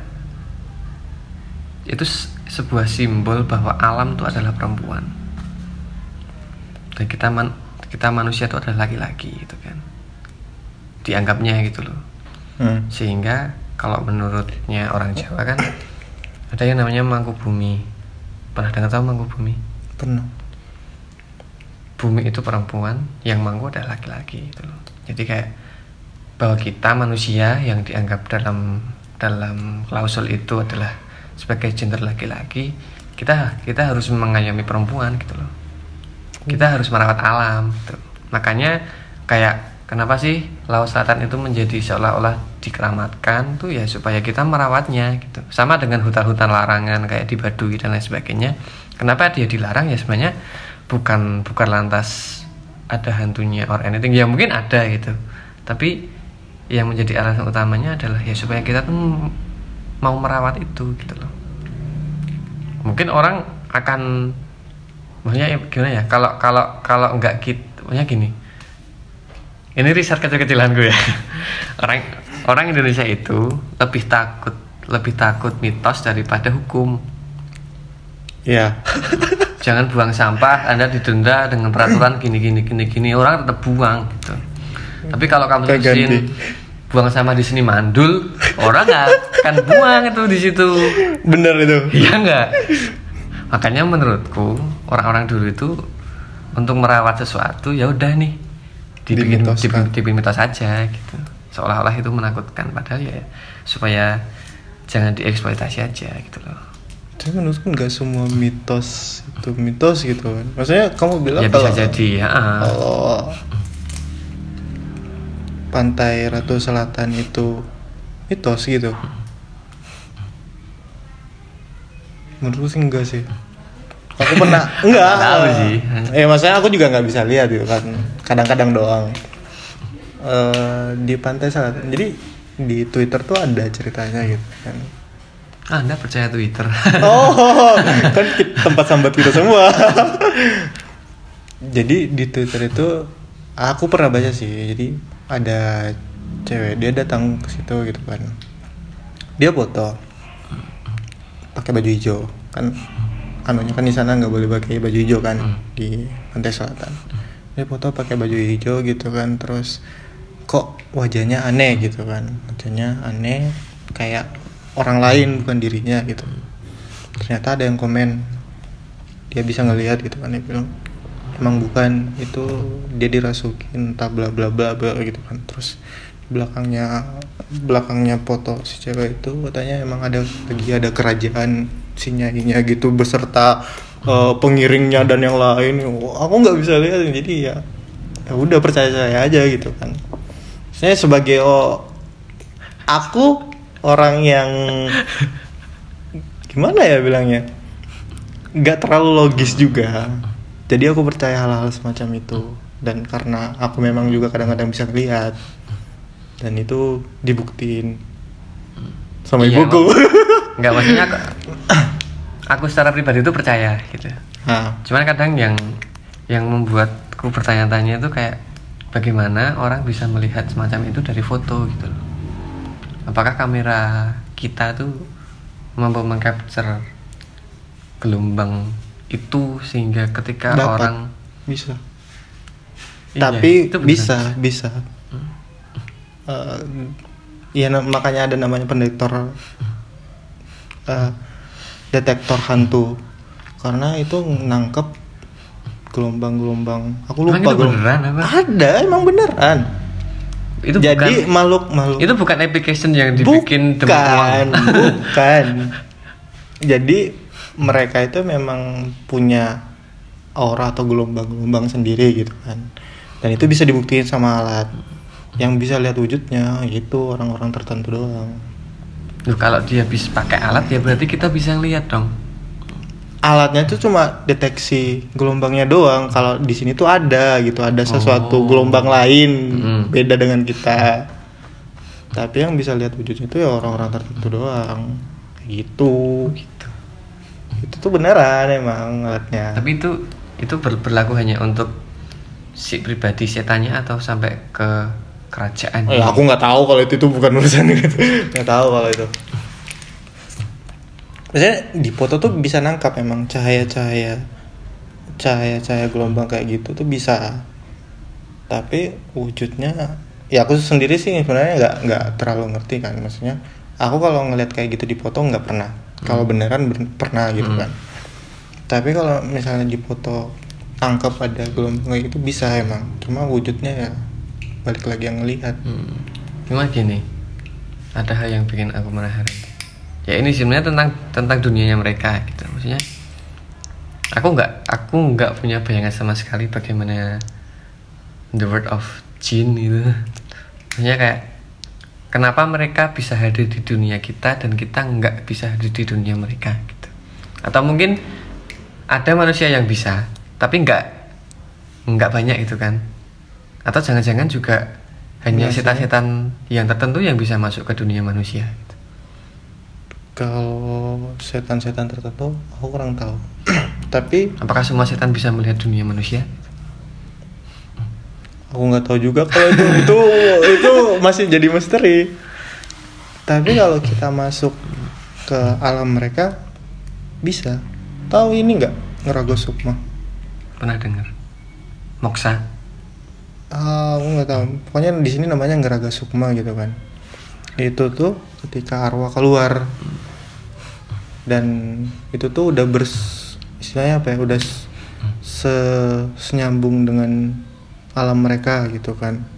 itu sebuah simbol bahwa alam itu adalah perempuan dan kita man, kita manusia itu adalah laki-laki gitu kan, dianggapnya gitu loh. hmm. Sehingga kalau menurutnya orang Jawa kan ada yang namanya Mangkubumi. Pernah dengar tahu Mangkubumi? Pernah. Bumi itu perempuan, yang Mangku adalah laki-laki gitu loh. Jadi kayak bahwa kita manusia yang dianggap dalam dalam klausul itu adalah sebagai gender laki-laki, kita kita harus mengayomi perempuan gitu loh. Kita harus merawat alam gitu. Makanya kayak kenapa sih Laut Selatan itu menjadi seolah-olah dikeramatkan tuh ya supaya kita merawatnya gitu. Sama dengan hutan-hutan larangan kayak di Baduy dan lain sebagainya. Kenapa dia dilarang ya sebenarnya bukan bukan lantas ada hantunya or anything, ya mungkin ada gitu. Tapi yang menjadi alasan utamanya adalah ya supaya kita tuh mau merawat itu gitu loh. Mungkin orang akan maksudnya gimana ya, kalau kalau kalau enggak gitu, maksudnya gini, ini riset kecil-kecilan gue ya. orang orang Indonesia itu lebih takut lebih takut mitos daripada hukum. Iya. Jangan buang sampah, Anda didenda dengan peraturan gini gini gini gini, orang tetap buang gitu. Tapi kalau kamu tulisin buang sampah di sini mandul, orang nggak akan buang itu di situ. Bener itu. Iya nggak? Makanya menurutku orang-orang dulu itu untuk merawat sesuatu ya udah nih dibikin dibikin, dibikin mitos aja gitu. Seolah-olah itu menakutkan, padahal ya supaya jangan dieksploitasi aja gitu loh. Tapi menurutku nggak semua mitos itu mitos gitu kan. Maksudnya kamu bilang ya kalau bisa jadi ya. Kalau Pantai Ratu Selatan itu mitos gitu. Menurutku sih enggak sih. Aku pernah enggak tahu sih. Eh maksudnya aku juga nggak bisa lihat gitu kan. Kadang-kadang doang. Uh, di Pantai Selatan. Jadi di Twitter tuh ada ceritanya gitu kan. Anda percaya Twitter? Oh, kan tempat sambat kita semua. Jadi di Twitter itu aku pernah baca sih. Jadi ada cewek, dia datang ke situ gitu kan. Dia foto pakai baju hijau kan. Anunya kan di sana nggak boleh pakai baju hijau kan di Pantai Selatan. dia foto pakai baju hijau gitu kan, terus kok wajahnya aneh gitu kan, wajahnya aneh kayak orang lain bukan dirinya gitu. Ternyata ada yang komen, dia bisa ngelihat gitu kan, dia bilang emang bukan, itu dia dirasukin entah bla bla bla bla gitu kan. Terus belakangnya belakangnya foto si cewek itu katanya emang ada lagi ada kerajaan si nyainya gitu beserta uh, pengiringnya dan yang lain. Wah, aku nggak bisa lihat, jadi ya ya udah percaya saya aja gitu kan. Saya sebagai oh, aku orang yang gimana ya bilangnya, nggak terlalu logis juga, jadi aku percaya hal-hal semacam itu. Dan karena aku memang juga kadang-kadang bisa lihat, dan itu dibuktiin sama Iya, ibuku. Nggak, maksudnya aku, aku secara pribadi itu percaya gitu. Nah, Cuman kadang yang yang membuatku bertanya-tanya itu kayak bagaimana orang bisa melihat semacam itu dari foto gitu loh. Apakah kamera kita tuh mampu mengcapture gelombang itu sehingga ketika dapat. orang Bisa. Iya, Tapi itu benar. bisa, bisa. Uh, ya na- makanya ada namanya pendetektor, uh, detektor hantu, karena itu nangkep gelombang-gelombang. Aku Emang lupa itu gelombang. beneran apa? Ada, emang beneran. Itu Jadi bukan, makhluk makhluk. itu bukan application yang dibikin demi bukan, uang. bukan. Jadi mereka itu memang punya aura atau gelombang-gelombang sendiri gitu kan. Dan itu bisa dibuktiin sama alat. Yang bisa lihat wujudnya itu orang-orang tertentu doang. Loh, kalau dia bisa pakai alat ya berarti kita bisa lihat dong. Alatnya itu cuma deteksi gelombangnya doang. Kalau di sini tuh ada gitu, ada sesuatu Oh. gelombang lain Hmm. beda dengan kita. Tapi yang bisa lihat wujudnya itu ya orang-orang tertentu doang. Gitu. Gitu. Itu tuh beneran emang alatnya. Tapi itu itu ber- berlaku hanya untuk si pribadi setannya atau sampai ke kerajaan. Eh, aku nggak tahu kalau itu itu bukan urusan gitu. Nggak tahu kalau itu. Biasanya di foto tuh bisa nangkap memang cahaya-cahaya, cahaya-cahaya gelombang kayak gitu tuh bisa. Tapi wujudnya, ya aku sendiri sih sebenarnya nggak nggak terlalu ngerti kan. Maksudnya aku kalau ngeliat kayak gitu di foto nggak pernah. Kalau beneran ber- pernah gitu Hmm. kan. Tapi kalau misalnya di foto tangkap ada gelombang kayak gitu bisa emang. Cuma wujudnya ya balik lagi yang ngelihat. Hmm. Cuma gini, ada hal yang bikin aku menarik. Ya ini sebenarnya tentang tentang dunianya mereka gitu. Maksudnya aku nggak aku nggak punya bayangan sama sekali bagaimana the world of jin gitu. Maksudnya kayak kenapa mereka bisa hadir di dunia kita dan kita nggak bisa hadir di dunia mereka gitu. Atau mungkin ada manusia yang bisa tapi nggak nggak banyak itu kan. Atau jangan-jangan juga hanya Iya sih. setan-setan yang tertentu yang bisa masuk ke dunia manusia gitu. Kalau setan-setan tertentu aku kurang tahu. Tapi Apakah semua setan bisa melihat dunia manusia? aku nggak tahu juga kalau itu itu itu masih jadi misteri. Tapi kalau kita masuk ke alam mereka bisa. Tahu ini nggak Ngerago Sukma? Pernah dengar? Moksa. Ah, aku nggak tahu. Pokoknya di sini namanya Ngeraga Sukma gitu kan. Itu tuh ketika arwah keluar dan itu tuh udah bers istilahnya apa ya, udah s- se senyambung dengan alam mereka gitu kan.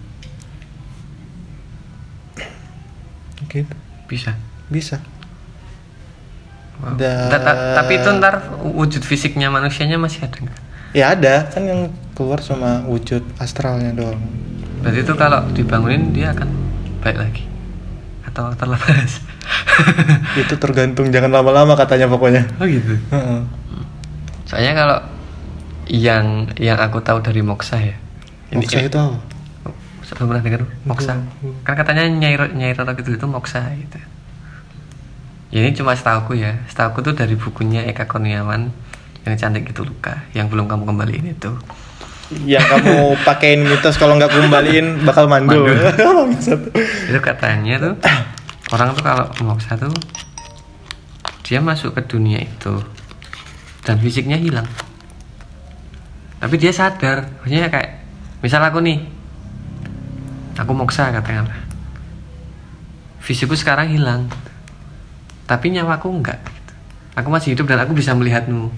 Gitu. Bisa. Bisa. Wow. Dan- Ta- ta- tapi itu ntar wujud fisiknya manusianya masih ada nggak? Ya ada kan yang keluar cuma wujud astralnya doang. Berarti itu kalau dibangunin dia akan baik lagi atau terlepas? Itu tergantung, jangan lama-lama katanya pokoknya. Oh gitu. Heeh. Soalnya kalau yang yang aku tahu dari Moksa ya. Ini- Moksa itu apa? Belum pernah dengar Moksa. Belum. Kan katanya Nyai Ro- Nyai Roro gitu itu Moksa gitu. Ya, ini cuma setauku ya. Setauku tuh dari bukunya Eka Kurniawan yang cantik gitu Luka, yang belum kamu kembaliin itu. Yang kamu pakein mitos kalau nggak kembaliin bakal mandul. Mandul. Bangsat. Itu katanya tuh orang tuh kalau Moksa tuh dia masuk ke dunia itu dan fisiknya hilang. Tapi dia sadar, maksudnya kayak misal aku nih, aku moksa katakanlah, fisikku sekarang hilang, tapi nyawaku enggak. Aku masih hidup dan aku bisa melihatmu.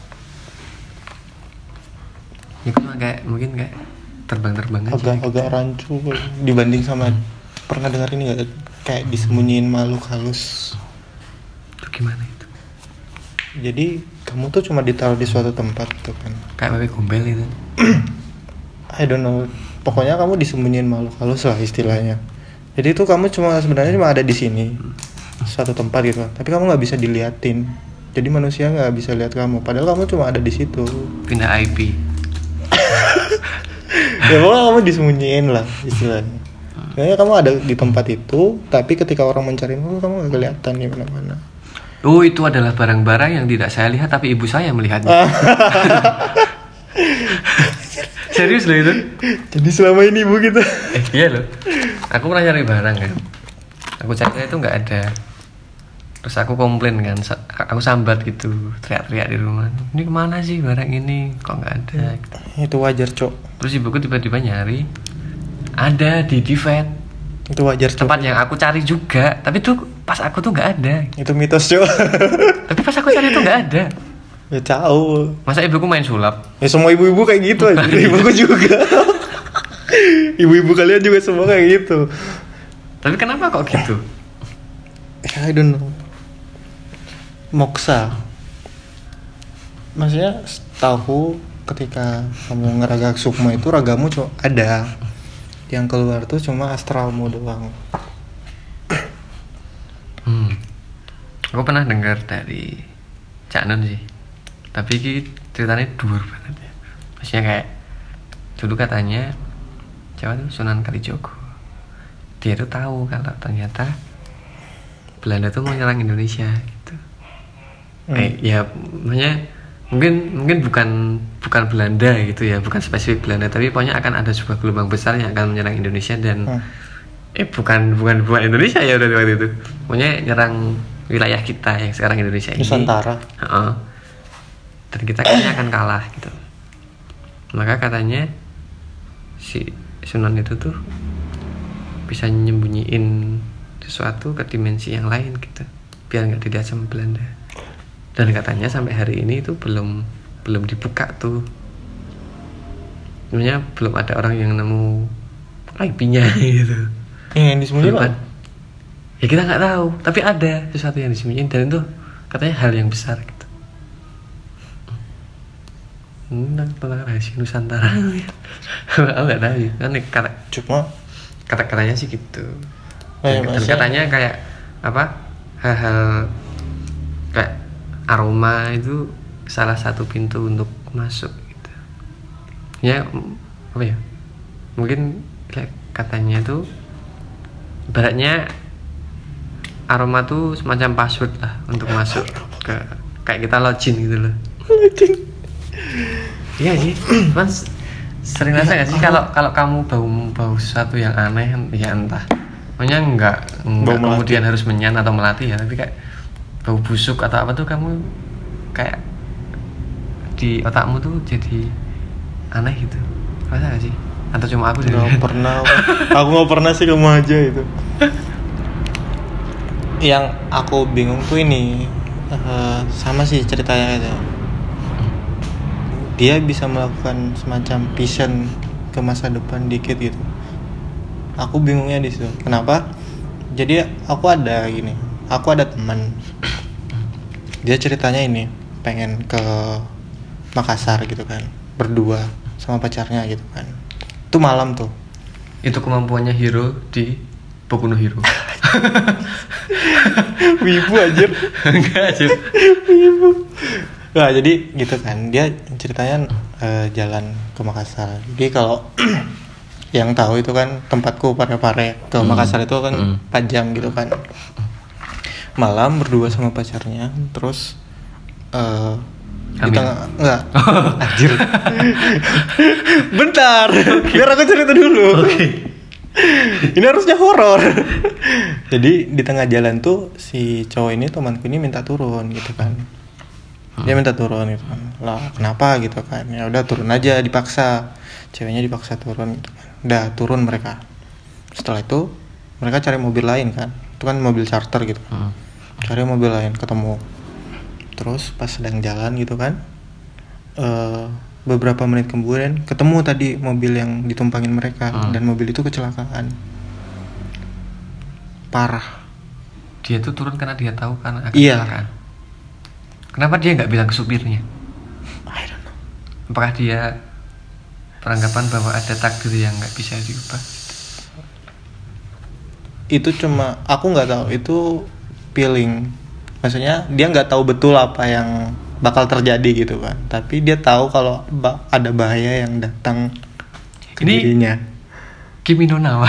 Itu mah kayak mungkin kayak terbang-terbang aja. Agak gitu. agak rancu dibanding sama hmm. pernah dengar ini nggak? Kayak disembunyiin makhluk halus. Itu gimana itu? Jadi kamu tuh cuma ditaruh di suatu tempat tuh kan. Kayak bebek gombel itu. I don't know. Pokoknya kamu disembunyiin makhluk halus lah istilahnya. Jadi itu kamu cuma sebenarnya cuma ada di sini, suatu tempat gitu. Tapi kamu nggak bisa diliatin. Jadi manusia nggak bisa lihat kamu. Padahal kamu cuma ada di situ. Pindah I P. Ya pokoknya kamu disembunyiin lah istilahnya. Kayaknya kamu ada di tempat itu, tapi ketika orang mencari kamu, kamu nggak kelihatan di mana-mana. Oh, itu adalah barang-barang yang tidak saya lihat, tapi ibu saya melihatnya. Serius loh itu? Jadi selama ini ibu kita. Eh iya loh. Aku pernah nyari barang kan. Aku cari itu nggak ada. Terus aku komplain kan, aku sambat gitu, teriak-teriak di rumah. Ini kemana sih barang ini? Kok nggak ada? Gitu. Itu wajar cok. Terus ibuku tiba-tiba nyari, ada di Divet. Itu wajar cok. Tempat yang aku cari juga, tapi tuh pas aku tuh nggak ada. Itu mitos cok. Tapi pas aku cari tuh nggak ada. Ya tahu. Masa ibuku main sulap? Ya semua ibu-ibu kayak gitu aja. Ibuku juga. Ibu-ibu kalian juga semua kayak gitu. Tapi kenapa kok gitu? I don't know. Moksa. Maksudnya tahu ketika kamu ngeragak sukma itu ragamu cuma ada. Yang keluar tuh cuma astralmu doang. Hmm. Aku pernah dengar dari Cak Nun sih. Tapi ini ceritanya dur banget ya. Maksudnya kayak dulu katanya Jawa tuh Sunan Kalijogo. Dia tuh tahu kalau ternyata Belanda tuh mau nyerang Indonesia gitu. Hmm. Eh ya maksudnya mungkin mungkin bukan bukan Belanda gitu ya, bukan spesifik Belanda, tapi pokoknya akan ada sebuah gelombang besar yang akan menyerang Indonesia dan hmm. eh bukan bukan bukan Indonesia ya udah waktu itu. Pokoknya nyerang wilayah kita yang sekarang Indonesia ini. Nusantara. Uh-uh. Dan kita kayaknya akan kalah gitu. Maka katanya si Sunan itu tuh bisa nyembunyiin sesuatu ke dimensi yang lain gitu, biar nggak dilihat sama Belanda. Dan katanya sampai hari ini itu belum belum dibuka tuh. Sebenarnya belum ada orang yang nemu I P-nya gitu. Yang disembunyiin? Ya kita nggak tahu, tapi ada sesuatu yang disembunyiin dan itu katanya hal yang besar gitu. Tentang tentang rahasia Nusantara. Aku nggak tahu ya. Kan kata cuma kata-katanya sih gitu. Eh, dan, dan katanya kayak apa? Hal-hal kayak aroma itu salah satu pintu untuk masuk gitu. Ya apa ya? Mungkin kayak katanya tuh ibaratnya aroma tuh semacam password lah untuk masuk ke kayak kita login gitu loh. Login. Iya sih, cuman sering rasa nggak sih kalau kalau kamu bau bau sesuatu yang aneh, ya entah, makanya nggak nggak kemudian harus menyan atau melati ya, tapi kayak bau busuk atau apa tuh kamu kayak di otakmu tuh jadi aneh gitu, rasa nggak sih? Atau cuma aku? Nggak pernah, aku nggak pernah sih, kamu aja itu. Yang aku bingung tuh ini uh, sama sih ceritanya itu. Dia bisa melakukan semacam vision ke masa depan dikit gitu. Aku bingungnya di situ. Kenapa? Jadi aku ada gini, aku ada teman. Dia ceritanya ini pengen ke Makassar gitu kan, berdua sama pacarnya gitu kan. Itu malam tuh. Itu kemampuannya Hiro di Boku no Hero. Wibu anjir. Enggak anjir. Wibu. Nah jadi gitu kan, dia ceritanya uh, jalan ke Makassar. Jadi kalau yang tahu itu kan tempatku Parepare ke hmm. Makassar itu kan hmm. empat jam gitu kan. Malam berdua sama pacarnya, terus uh, di tengah enggak anjir. Bentar, okay. Biar aku cerita dulu. Okay. Ini harusnya horor. Jadi di tengah jalan tuh si cowok ini, temanku ini minta turun gitu kan. Dia minta turun gitu kan. Lah kenapa gitu kan? Ya udah turun aja, dipaksa. Ceweknya dipaksa turun gitu kan. Udah turun mereka. Setelah itu mereka cari mobil lain kan. Itu kan mobil charter gitu kan. Hmm. Cari mobil lain, ketemu. Terus pas sedang jalan gitu kan. Uh, beberapa menit kemudian ketemu tadi mobil yang ditumpangin mereka. Hmm. Dan mobil itu kecelakaan. Parah. Dia tuh turun karena dia tahu kan akan Iya. kecelakaan. Kenapa dia nggak bilang ke supirnya? I don't know. Apakah dia beranggapan bahwa ada takdir yang nggak bisa diubah? Itu cuma aku nggak tahu, itu feeling. Maksudnya dia nggak tahu betul apa yang bakal terjadi gitu kan, tapi dia tahu kalau ba- ada bahaya yang datang ke Ini- dirinya. Kimi no Na wa.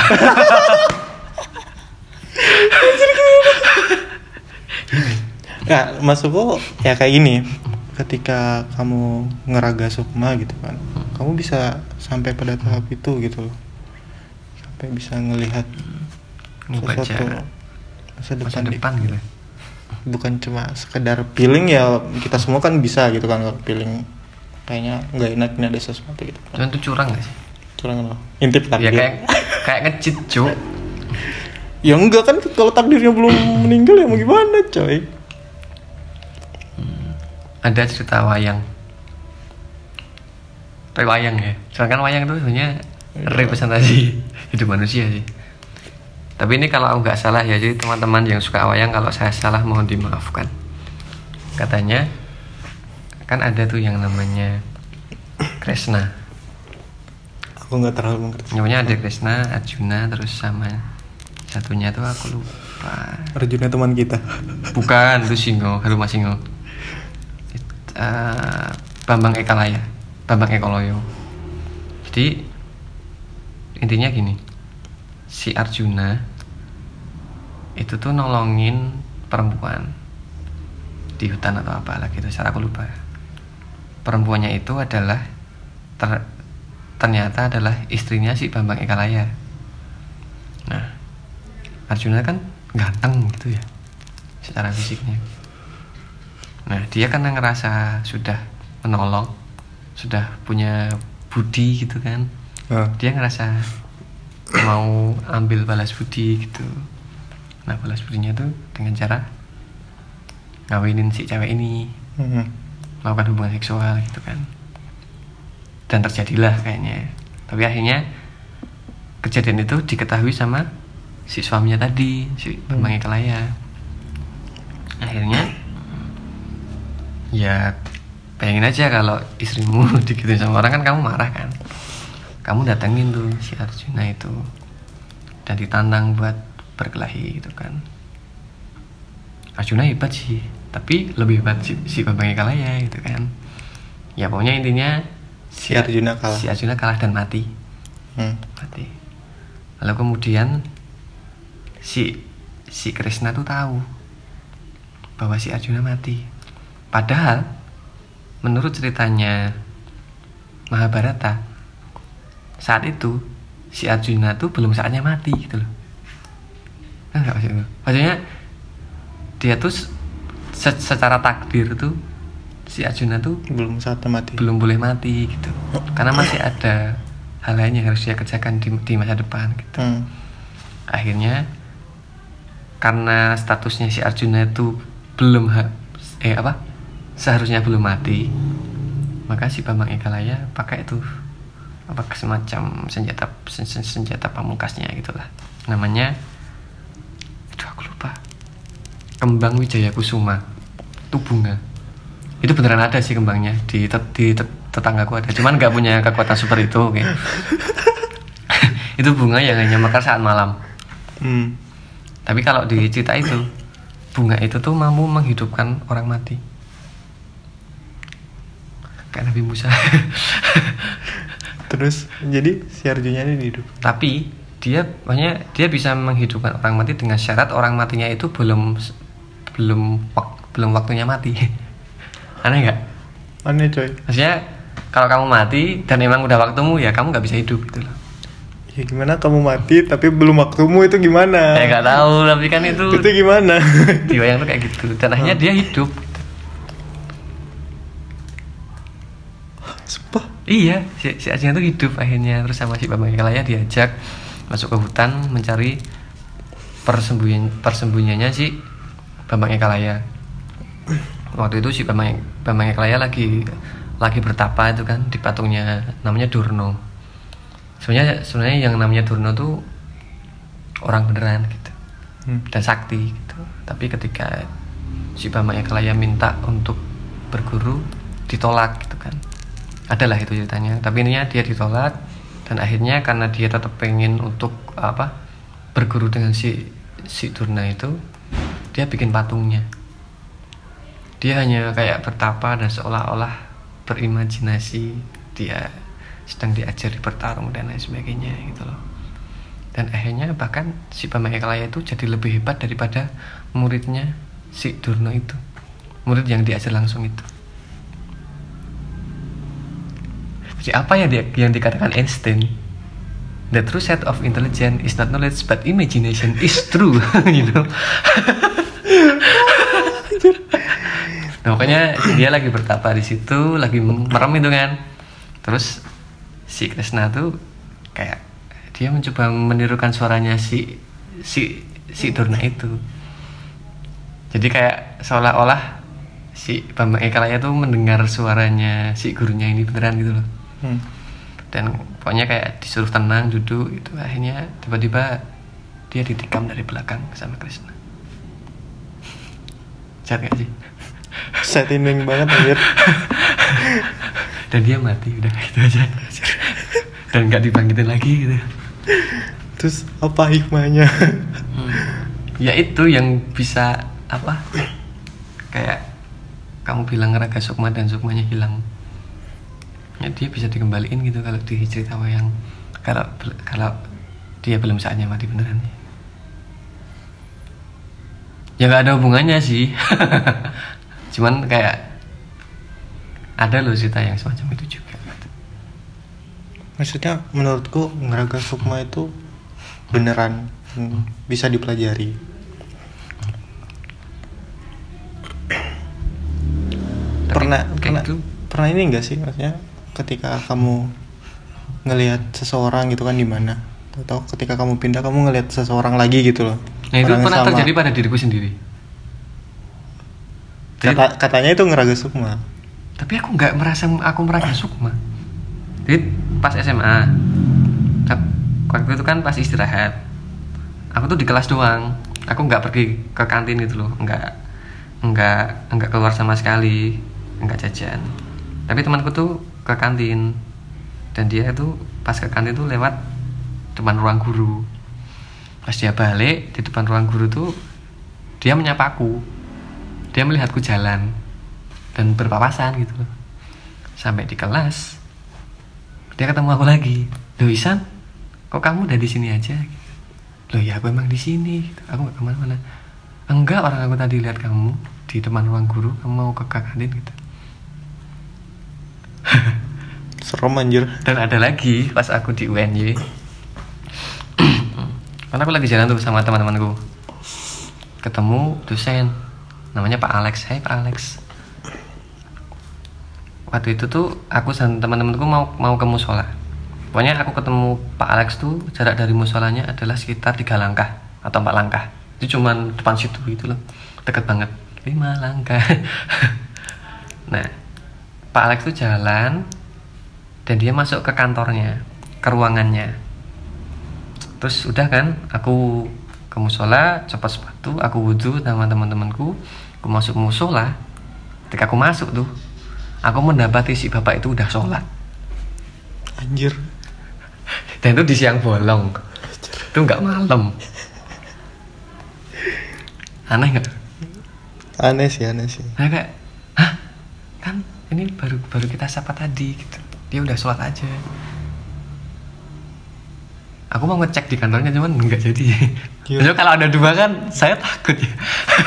Ya maksudku ya kayak gini, ketika kamu ngeraga sukma gitu kan, kamu bisa sampai pada tahap itu gitu loh, sampai bisa ngelihat Ngebaca sesuatu masa depan, masa di- depan gitu. bukan cuma sekedar feeling. Ya kita semua kan bisa gitu kan, kalau feeling kayaknya nggak enak, ini ada sesuatu gitu kan. Cuman tuh curang gak sih? Curang loh, intip Ya takdir. kayak kayak ngecit cuk. Ya enggak kan, kalau takdirnya belum meninggal ya mau gimana coy. Ada cerita wayang. Tapi wayang ya. Sedangkan wayang itu sebenarnya representasi hidup manusia sih. Tapi ini kalau aku nggak salah ya, jadi teman-teman yang suka wayang kalau saya salah mohon dimaafkan. Katanya kan ada tuh yang namanya Krishna. Aku nggak terlalu mengerti. Namanya ada Krishna, Arjuna, terus sama satunya tuh aku lupa. Arjuna teman kita. Bukan, itu Singo, Haruma Singo. Uh, Bambang Ekalaya, Bambang Ekoloyo. Jadi intinya gini, si Arjuna itu tuh nolongin perempuan di hutan atau apa lagi itu, secara aku lupa. Perempuannya itu adalah ter, ternyata adalah istrinya si Bambang Ekalaya. Nah, Arjuna kan ganteng gitu ya secara fisiknya. Nah, dia karena ngerasa sudah menolong, sudah punya budi gitu kan. Ah. Dia ngerasa mau ambil balas budi gitu. Nah, balas budinya tuh dengan cara ngawinin si cewek ini, Mhm. melakukan hubungan seksual gitu kan. Dan terjadilah kayaknya. Tapi akhirnya kejadian itu diketahui sama si suaminya tadi, si Bambang Ekalaya. Akhirnya ya bayangin aja kalau istrimu digituin sama orang, kan kamu marah kan. Kamu datengin tuh si Arjuna itu dan ditantang buat berkelahi gitu kan. Arjuna hebat sih, tapi lebih hebat si, si Bambang Ekalaya gitu kan. Ya pokoknya intinya Si Arjuna kalah. Si Arjuna kalah dan mati. Hmm. Mati. Lalu kemudian si si Krishna tuh tahu bahwa si Arjuna mati. Padahal menurut ceritanya Mahabharata, saat itu si Arjuna tuh belum saatnya mati gitu loh. Kan enggak maksudnya? Maksudnya dia tuh se- secara takdir tuh si Arjuna tuh Belum saatnya mati. belum boleh mati gitu. Karena masih ada hal lain yang harus dia kerjakan di, di masa depan gitu. Hmm. Akhirnya karena statusnya si Arjuna itu belum ha- eh apa seharusnya belum mati, maka si Bambang Ekalaya pakai itu apa semacam senjata sen- sen- senjata pamungkasnya gitulah, namanya itu aku lupa, kembang Wijaya Kusuma. Itu bunga, itu beneran ada sih kembangnya di tet- di tet- tetanggaku ada, cuman nggak punya kekuatan super itu okay. Itu bunga yang hanya mekar saat malam. Hmm. Tapi kalau di cerita itu, bunga itu tuh mampu menghidupkan orang mati. Kayak Nabi Musa. Terus jadi si Arjuna ini hidup. Tapi dia makanya dia bisa menghidupkan orang mati dengan syarat orang matinya itu belum belum wak, belum waktunya mati. Aneh nggak? Aneh coy. Maksudnya kalau kamu mati dan emang udah waktumu, ya kamu nggak bisa hidup gitu loh. Ya gimana kamu mati tapi belum waktumu, itu gimana? Saya nggak tahu, tapi kan itu Itu gimana? di wayang tuh kayak gitu. Dan akhirnya dia hidup. Sumpah. Iya, si, si Ajeng itu hidup akhirnya, terus sama si Bambang Ekalaya diajak masuk ke hutan mencari persembunyian persembunyiannya si Bambang Ekalaya. Waktu itu si Bambang Bambang Ekalaya lagi lagi bertapa itu kan di patungnya namanya Durno. Sebenarnya sebenarnya yang namanya Durno tuh orang beneran gitu. Hmm. Dan sakti gitu. Tapi ketika si Bambang Ekalaya minta untuk berguru ditolak gitu kan. Adalah itu ceritanya, tapi ininya dia ditolak dan akhirnya karena dia tetap pengen untuk apa berguru dengan si si Durna itu, dia bikin patungnya. Dia hanya kayak bertapa dan seolah-olah berimajinasi dia sedang diajari bertarung dan lain sebagainya gitu loh. Dan akhirnya bahkan si Bambang Ekalaya itu jadi lebih hebat daripada muridnya si Durna itu, murid yang diajar langsung itu. Jadi apa yang, di, yang dikatakan Einstein, the true set of intelligence is not knowledge but imagination is true, you know. Nah, makanya dia lagi bertapa di situ, lagi merem itu kan. Terus si Krishna tuh kayak dia mencoba menirukan suaranya si si si Durna itu. Jadi kayak seolah-olah si Bambang Ekalaya tuh mendengar suaranya si gurunya ini beneran gitu loh. Hmm. Dan pokoknya kayak disuruh tenang duduk itu, akhirnya tiba-tiba dia ditikam dari belakang sama Krishna. Chat gak sih? Setting banget anjir. Dan dia mati udah gitu aja. Dan gak dibangkitin lagi gitu. Terus apa hikmahnya? Hmm. Ya itu yang bisa apa? Kayak kamu bilang raga sukma dan sukmanya hilang. Ya dia bisa dikembaliin gitu kalau di cerita wayang, kalau kalau dia belum saatnya mati beneran. Ya nggak ada hubungannya sih. Cuman kayak ada loh cerita yang semacam itu juga. Maksudnya menurutku ngeraga sukma itu beneran hmm. bisa dipelajari. Pernah pernah itu. pernah ini enggak sih, maksudnya ketika kamu ngelihat seseorang gitu kan di mana, atau ketika kamu pindah kamu ngelihat seseorang lagi gitu loh. Nah itu pernah sama. Terjadi pada diriku sendiri. Kata, katanya itu ngeraga sukma. Tapi aku nggak merasa aku meraga sukma. Jadi pas S M A, waktu itu kan pas istirahat, aku tuh di kelas doang. Aku nggak pergi ke kantin gitu loh, nggak nggak nggak keluar sama sekali, nggak jajan. Tapi temanku tuh ke kantin, dan dia itu pas ke kantin tuh lewat depan ruang guru. Pas dia balik di depan ruang guru tuh dia menyapaku, dia melihatku jalan dan berpapasan gitu loh. Sampai di kelas dia ketemu aku lagi. Loh Isan, kok kamu udah di sini aja? Loh ya aku emang di sini, gitu. Aku nggak kemana-mana. Enggak, orang aku tadi lihat kamu di depan ruang guru, kamu mau ke kantin gitu. Serem anjir. Dan ada lagi pas aku di U N Y. Karena aku lagi jalan tuh sama teman-temanku. Ketemu dosen namanya Pak Alex. Hai Pak Alex. Waktu itu tuh aku dan teman-temanku mau mau ke musola. Pokoknya aku ketemu Pak Alex tuh jarak dari musolanya adalah sekitar tiga langkah atau empat langkah. Itu cuman depan situ gitu loh. Deket banget. lima langkah. Nah, Pak Alex tuh jalan dan dia masuk ke kantornya, ke ruangannya. Terus udah kan, aku ke musola, copot sepatu, aku wudhu sama teman-temanku, aku masuk musola. Ketika aku masuk tuh, aku mendapati si bapak itu udah sholat. Anjir. Dan itu di siang bolong. Itu nggak malam. Aneh nggak? Aneh sih, aneh sih. Nah kayak, hah? Kan ini baru baru kita sapa tadi gitu. Dia udah sholat aja. Aku mau ngecek di kantornya cuman nggak jadi. Jadi kalau ada dua kan saya takut ya.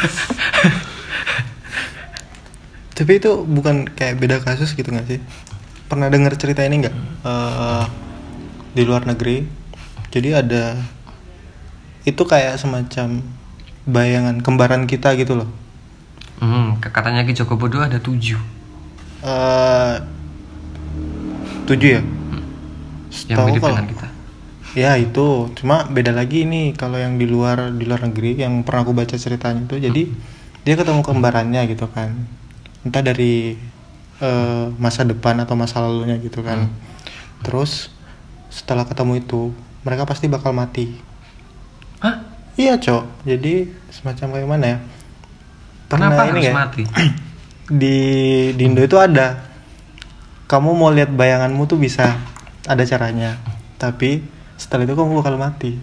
Tapi itu bukan kayak beda kasus gitu nggak sih? Pernah dengar cerita ini nggak? Uh, di luar negeri. Jadi ada itu kayak semacam bayangan kembaran kita gitu loh. Hmm, katanya Ki Jogobodo ada tujuh. Uh, Tujuh ya? yang Setahu mirip kalau- dengan kita. Ya itu, cuma beda lagi nih kalau yang di luar di luar negeri yang pernah aku baca ceritanya itu. Jadi dia ketemu kembarannya gitu kan, entah dari eh, masa depan atau masa lalunya gitu kan. Terus setelah ketemu itu mereka pasti bakal mati. Hah? Iya cok, jadi semacam kayak mana ya? Kenapa Pernah harus nggak? mati? Di di Indo itu ada. Kamu mau lihat bayanganmu tuh bisa, ada caranya. Tapi setelah itu kamu bakal mati.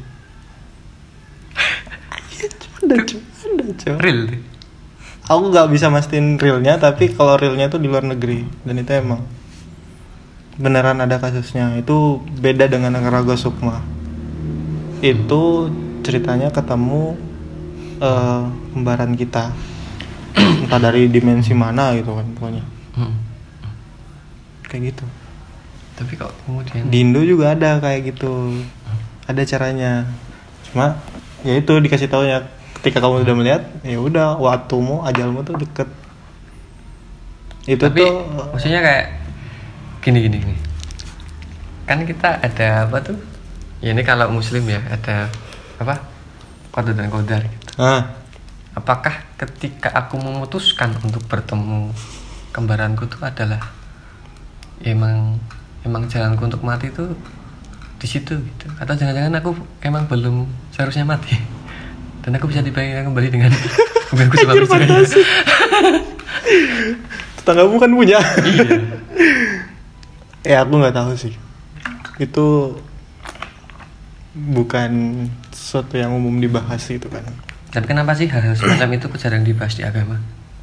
Iya, Cok, ada cok, ada cok. Real deh. Aku nggak bisa mastiin realnya, tapi kalau realnya itu di luar negeri dan itu emang beneran ada kasusnya. Itu beda dengan Raga Sukma. Itu ceritanya ketemu eh, kembaran kita, entah dari dimensi mana gitu kan pokoknya. Hmm. Kayak gitu. Tapi kok kemudian Di Indo juga ada kayak gitu, ada caranya. Cuma ya itu dikasih tahu ya ketika kamu udah melihat, ya udah waktumu ajalmu tuh deket. Itu tapi tuh maksudnya kayak gini gini gini. Kan kita ada apa tuh? Ya ini kalau muslim ya ada apa? Qadar dan qadar gitu. ah Apakah ketika aku memutuskan untuk bertemu kembaranku tuh adalah ya emang emang jalanku untuk mati tuh di situ gitu, atau jangan-jangan aku emang belum seharusnya mati dan aku bisa dibayangkan kembali dengan hubunganku sama Anjir, istri. fantasi. Tetanggamu kan punya. Iya. Ya aku nggak tahu sih. Itu bukan sesuatu yang umum dibahas gitu kan. Tapi kenapa sih hal-hal semacam itu kok jarang dibahas di agama?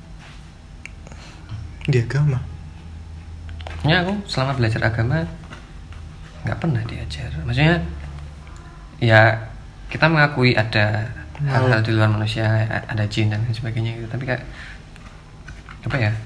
Di agama. Ya aku selama belajar agama nggak pernah diajar. Maksudnya ya kita mengakui ada hal-hal di luar manusia, ada jin dan lain sebagainya gitu. Tapi kayak apa ya?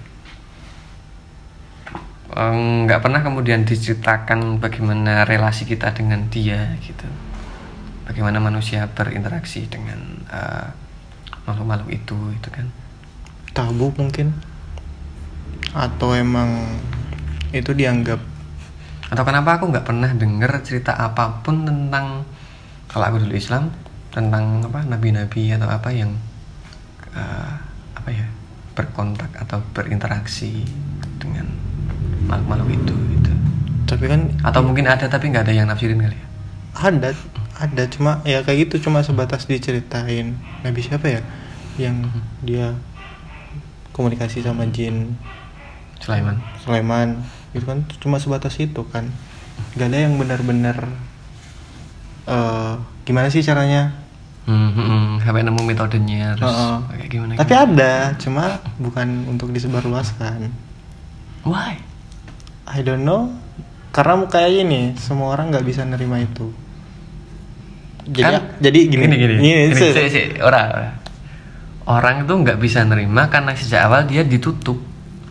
em, nggak pernah kemudian diceritakan bagaimana relasi kita dengan dia gitu. Bagaimana manusia berinteraksi dengan eh, makhluk-makhluk itu itu kan. Tabu mungkin. Atau emang itu dianggap Atau kenapa aku nggak pernah dengar cerita apapun tentang, kalau aku dulu Islam, tentang apa nabi-nabi atau apa yang uh, apa ya berkontak atau berinteraksi dengan makhluk-makhluk itu gitu. tapi kan Atau mungkin ada tapi nggak ada yang nafsirin kali ya. ada ada cuma ya kayak gitu, cuma sebatas diceritain. Nabi siapa ya yang dia komunikasi sama jin? Sulaiman. Sulaiman gitu kan, cuma sebatas itu kan, gak ada yang benar-benar eh gimana sih caranya. Hmm, hmm, hmm. Sampai nemu metodenya terus Heeh. kayak gimana? Tapi gimana. ada, cuma bukan untuk disebarluaskan. Why? I don't know, karena kayak gini semua orang nggak bisa nerima itu. Jadi Kan- jadi gini gini gini. gini, Gini, se- si, si, ora, ora. Orang itu nggak bisa nerima karena sejak awal dia ditutup.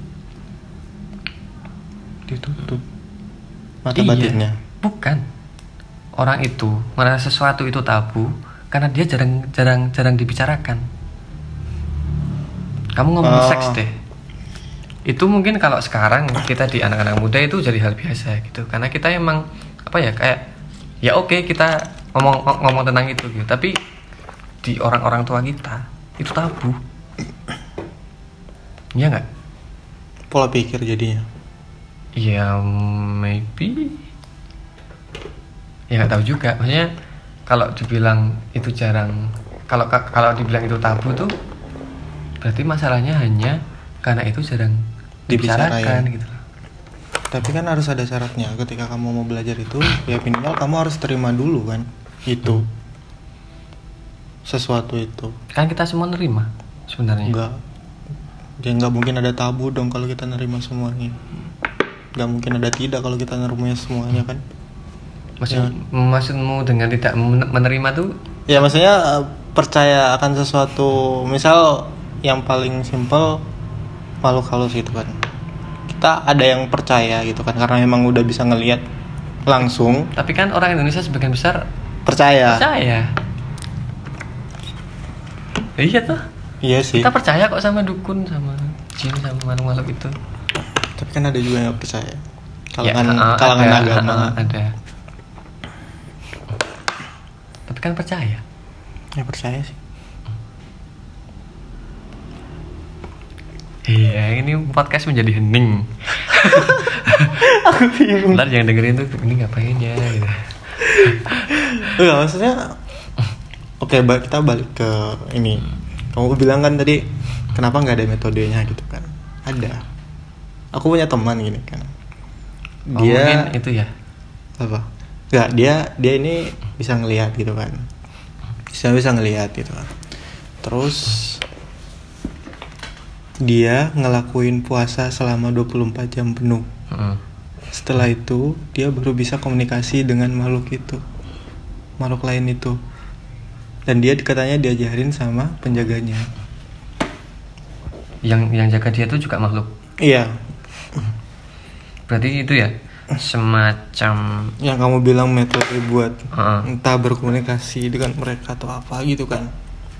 ditutup mata Iya. batinnya. Bukan. Orang itu merasa sesuatu itu tabu karena dia jarang jarang jarang dibicarakan. Kamu ngomong Oh. seks deh. Itu mungkin kalau sekarang kita di anak-anak muda itu jadi hal biasa gitu. Karena kita emang apa ya kayak ya oke kita ngomong ngomong tentang itu gitu. Tapi di orang-orang tua kita itu tabu. Iya nggak? Pola pikir jadinya. Ya maybe. Ya nggak tahu juga. Maksudnya kalau dibilang itu jarang, kalau kalau dibilang itu tabu tuh berarti masalahnya hanya karena itu jarang dibicarakan Dibicarain. gitu loh. Tapi kan harus ada syaratnya. Ketika kamu mau belajar itu, ya minimal kamu harus terima dulu kan itu sesuatu itu. Kan kita semua nerima sebenarnya. Enggak, ya nggak mungkin ada tabu dong kalau kita nerima semuanya. Nggak mungkin ada tidak kalau kita nerima semuanya kan. Maksud, maksudmu dengan tidak men- menerima tuh Ya maksudnya eh, percaya akan sesuatu. Misal yang paling simpel makhluk halus gitu kan. Kita ada yang percaya gitu kan karena emang udah bisa ngelihat langsung. tapi kan orang Indonesia sebagian besar Percaya. percaya. Iya tuh. Iya sih. Kita percaya kok sama dukun, sama jin, sama makhluk-makhluk itu. Tapi kan ada juga yang nggak percaya. kalangan Ya, uh, kalangan ada, agama. uh, ada. Tapi kan percaya. Ya percaya sih. Iya, ini podcast menjadi hening. Aku bingung. Ntar jangan dengerin tuh, ini ngapain ya gitu. Enggak, maksudnya oke, ba- kita balik ke ini. Kamu bilang kan tadi kenapa nggak ada metodenya gitu kan? Ada. Aku punya teman gini kan. Oh, Dia mungkin itu ya. apa? Enggak, dia dia ini bisa ngelihat gitu kan. Bisa bisa ngelihat gitu kan. Terus dia ngelakuin puasa selama dua puluh empat jam penuh. Mm. Setelah itu dia baru bisa komunikasi dengan makhluk itu, makhluk lain itu. Dan dia katanya diajarin sama penjaganya. Yang yang jaga dia tuh juga makhluk. Iya, Berarti itu ya semacam yang kamu bilang metode buat uh, entah berkomunikasi dengan mereka atau apa gitu kan.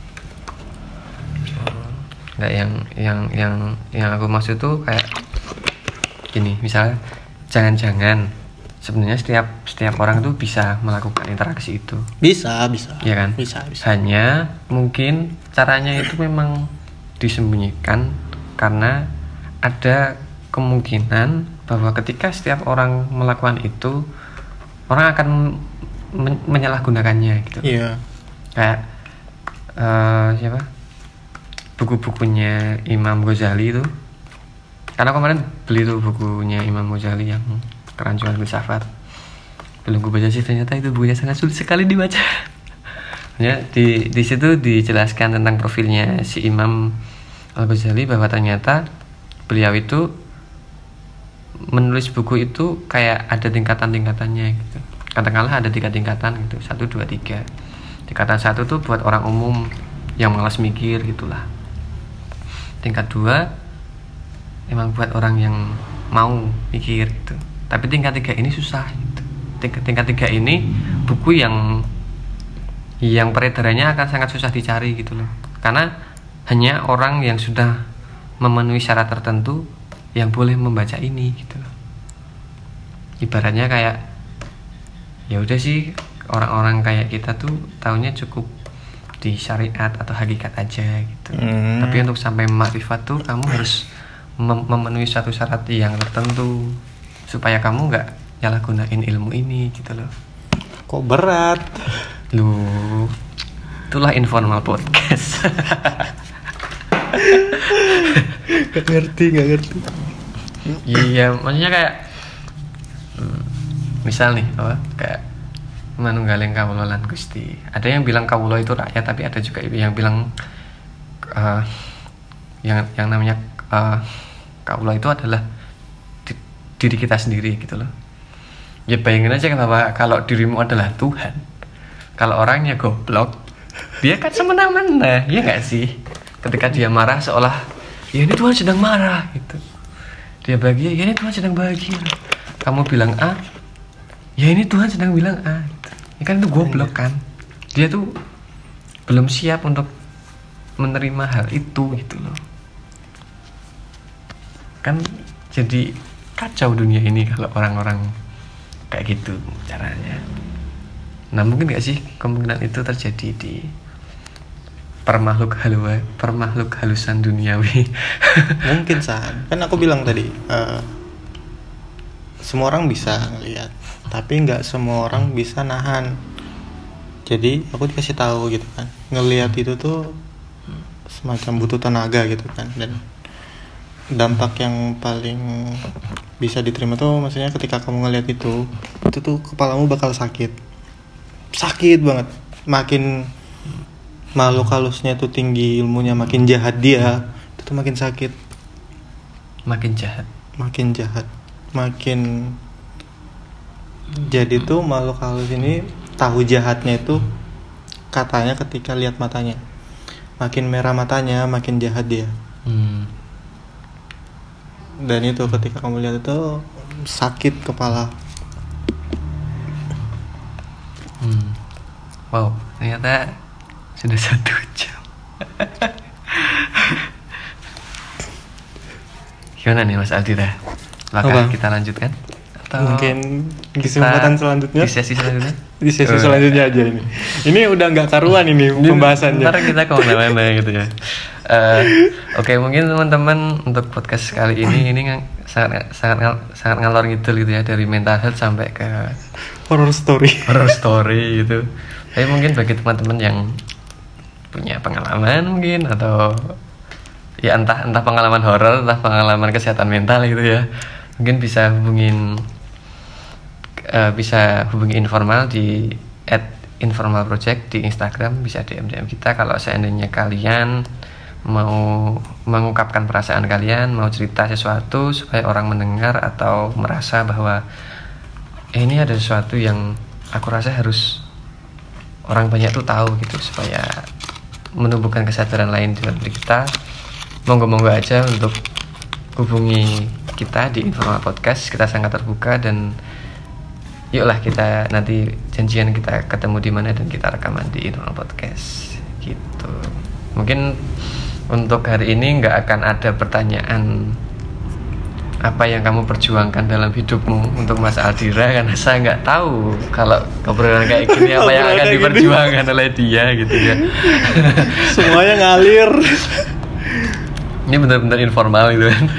nggak yang yang yang yang aku maksud tuh kayak gini, misalnya jangan-jangan sebenarnya setiap setiap orang tuh bisa melakukan interaksi itu, Bisa, bisa. ya kan? Bisa, bisa. Hanya mungkin caranya itu memang disembunyikan karena ada kemungkinan bahwa ketika setiap orang melakukan itu, orang akan men- menyalahgunakannya gitu. Iya. Kayak eh, siapa? Buku-bukunya Imam Ghazali itu. Karena kemarin beli tuh bukunya Imam Ghazali yang Kerancuan Filsafat. Belum gue baca sih, ternyata itu bukunya sangat sulit sekali dibaca. Ya, di di situ dijelaskan tentang profilnya si Imam Al-Ghazali, bahwa ternyata beliau itu menulis buku itu kayak ada tingkatan-tingkatannya gitu. Katakanlah ada tiga tingkatan gitu, satu, dua, tiga. Tingkatan satu tuh buat orang umum yang malas mikir gitulah. Tingkat dua emang buat orang yang mau mikir gitu. Tapi tingkat tiga ini susah gitu. Tingkat, tingkat tiga ini buku yang yang peredarannya akan sangat susah dicari gitu loh. Karena hanya orang yang sudah memenuhi syarat tertentu yang boleh membaca ini gitu loh. Ibaratnya kayak ya udah sih, orang-orang kayak kita tuh taunya cukup di syariat atau hakikat aja gitu. Hmm. Tapi untuk sampai makrifat tuh kamu harus mem- memenuhi suatu syarat yang tertentu supaya kamu nggak nyalahgunain ilmu ini gitu loh. Kok berat? Lu itulah informal podcast. Gak ngerti, gak ngerti. Iya, maksudnya kayak hmm, misal nih apa kayak manunggaling kawula lan Gusti. Ada yang bilang kawula itu rakyat, tapi ada juga yang bilang uh, yang yang namanya uh, kawula itu adalah di- diri kita sendiri gitu loh. Ya bayangin aja bahwa kalau dirimu adalah Tuhan, kalau orangnya goblok, dia kan semena-mena, ya nggak sih? Ketika dia marah seolah ya ini Tuhan sedang marah gitu. Dia bahagia, ya ini Tuhan sedang bahagia. Kamu bilang A, ya ini Tuhan sedang bilang A gitu. Ya kan itu goblok kan. Dia tuh belum siap untuk menerima hal itu gitu loh. Kan jadi kacau dunia ini kalau orang-orang kayak gitu caranya. Nah mungkin gak sih kemungkinan itu terjadi di permakhluk halua, permakhluk halusan duniawi. Mungkin San. Kan aku bilang tadi eh, semua orang bisa ngelihat, tapi nggak semua orang bisa nahan. Jadi aku dikasih tahu gitu kan, ngelihat itu tuh semacam butuh tenaga gitu kan, dan dampak yang paling bisa diterima tuh maksudnya ketika kamu ngelihat itu, itu tuh kepalamu bakal sakit, sakit banget. Makin makhluk halusnya tuh tinggi ilmunya, makin jahat dia, itu tuh makin sakit, Makin jahat. makin jahat, makin jadi tuh makhluk halus ini tahu jahatnya itu katanya ketika lihat matanya, makin merah matanya makin jahat dia. Hmm. Dan itu ketika kamu lihat itu sakit kepala. Hmm. Wow, ternyata sudah satu jam. Gimana nih Mas Aldira? Apakah Apa? kita lanjutkan? atau Mungkin di kesempatan selanjutnya, di sesi selanjutnya di sesi Oh. selanjutnya aja ini. Ini udah nggak karuan ini Ini pembahasannya. Ntar kita kemana-mana gitu ya. Eh, Oke, mungkin teman-teman untuk podcast kali ini ini ng- sangat sangat ngal- sangat ngalor ngidul gitu ya, dari mental health sampai ke Horror story. horror story gitu. Tapi mungkin bagi teman-teman yang punya pengalaman mungkin, atau ya entah entah pengalaman horor, entah pengalaman kesehatan mental gitu ya, mungkin bisa hubungin eh, bisa hubungi informal di at informal project di Instagram, bisa D M D M kita kalau seandainya kalian mau mengungkapkan perasaan kalian, mau cerita sesuatu supaya orang mendengar atau merasa bahwa eh, ini ada sesuatu yang aku rasa harus orang banyak tuh tahu gitu, supaya menumbuhkan kesadaran lain di dalam diri kita. Monggo-monggo aja untuk hubungi kita di Informal Podcast, kita sangat terbuka, dan yuklah kita nanti janjian kita ketemu di mana dan kita rekaman di Informal Podcast gitu. Mungkin untuk hari ini nggak akan ada pertanyaan apa yang kamu perjuangkan dalam hidupmu untuk Mas Aldira, karena saya nggak tahu kalau obrolan kayak gini apa yang akan diperjuangkan oleh dia gitu ya. Semuanya ngalir. Ini benar-benar informal gitu kan.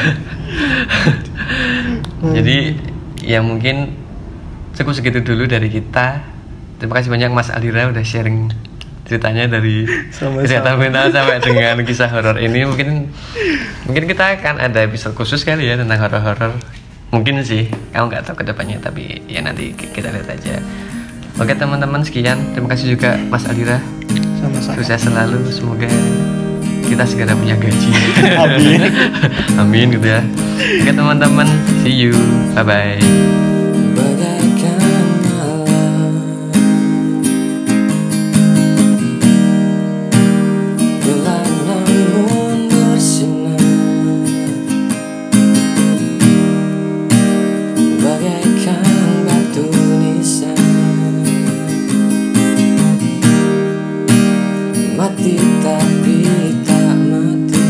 Jadi ya mungkin cukup segitu dulu dari kita. Terima kasih banyak Mas Aldira udah sharing ceritanya dari Sama-sama. kesehatan mental sampai dengan kisah horor ini. Mungkin mungkin kita akan ada episode khusus kali ya tentang horor-horor. Mungkin sih, kamu nggak tahu kedepannya, tapi ya nanti kita lihat aja. Oke teman-teman, sekian. Terima kasih juga Mas Aldira. Sama-sama. Sukses selalu, semoga kita segera punya gaji. Amin. Amin gitu ya. Oke teman-teman, see you, bye bye. Bagaikan malam gelap namun bersinar, bagaikan batu nisan mati tapi tak mati,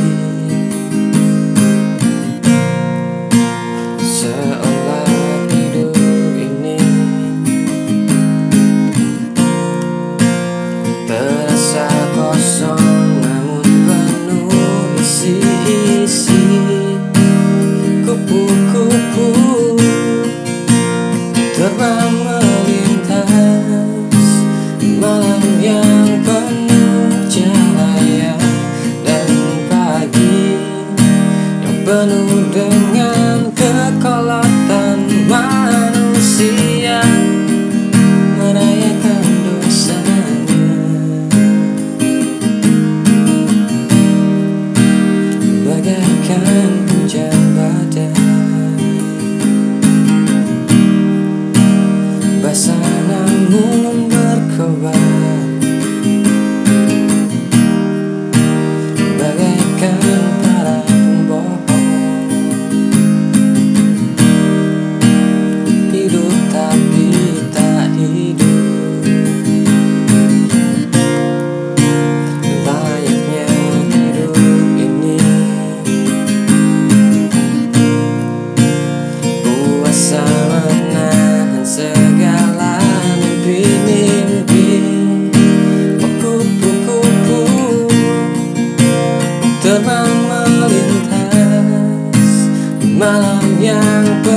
seolah hidup ini terasa kosong namun penuh isi-isi. Kupu-kupu terbang melintas malam yang penuh cahaya dan pagi yang penuh dengan kekolotan manusia merayakan dosanya. Bagaikan hujan badai basah namun berkobar, bagaikan para pembohong hidup tapi tak hidup, layaknya hidup ini kuasa menahan segala mimpi-mimpi. Kupu-kupu terbang melintas malam yang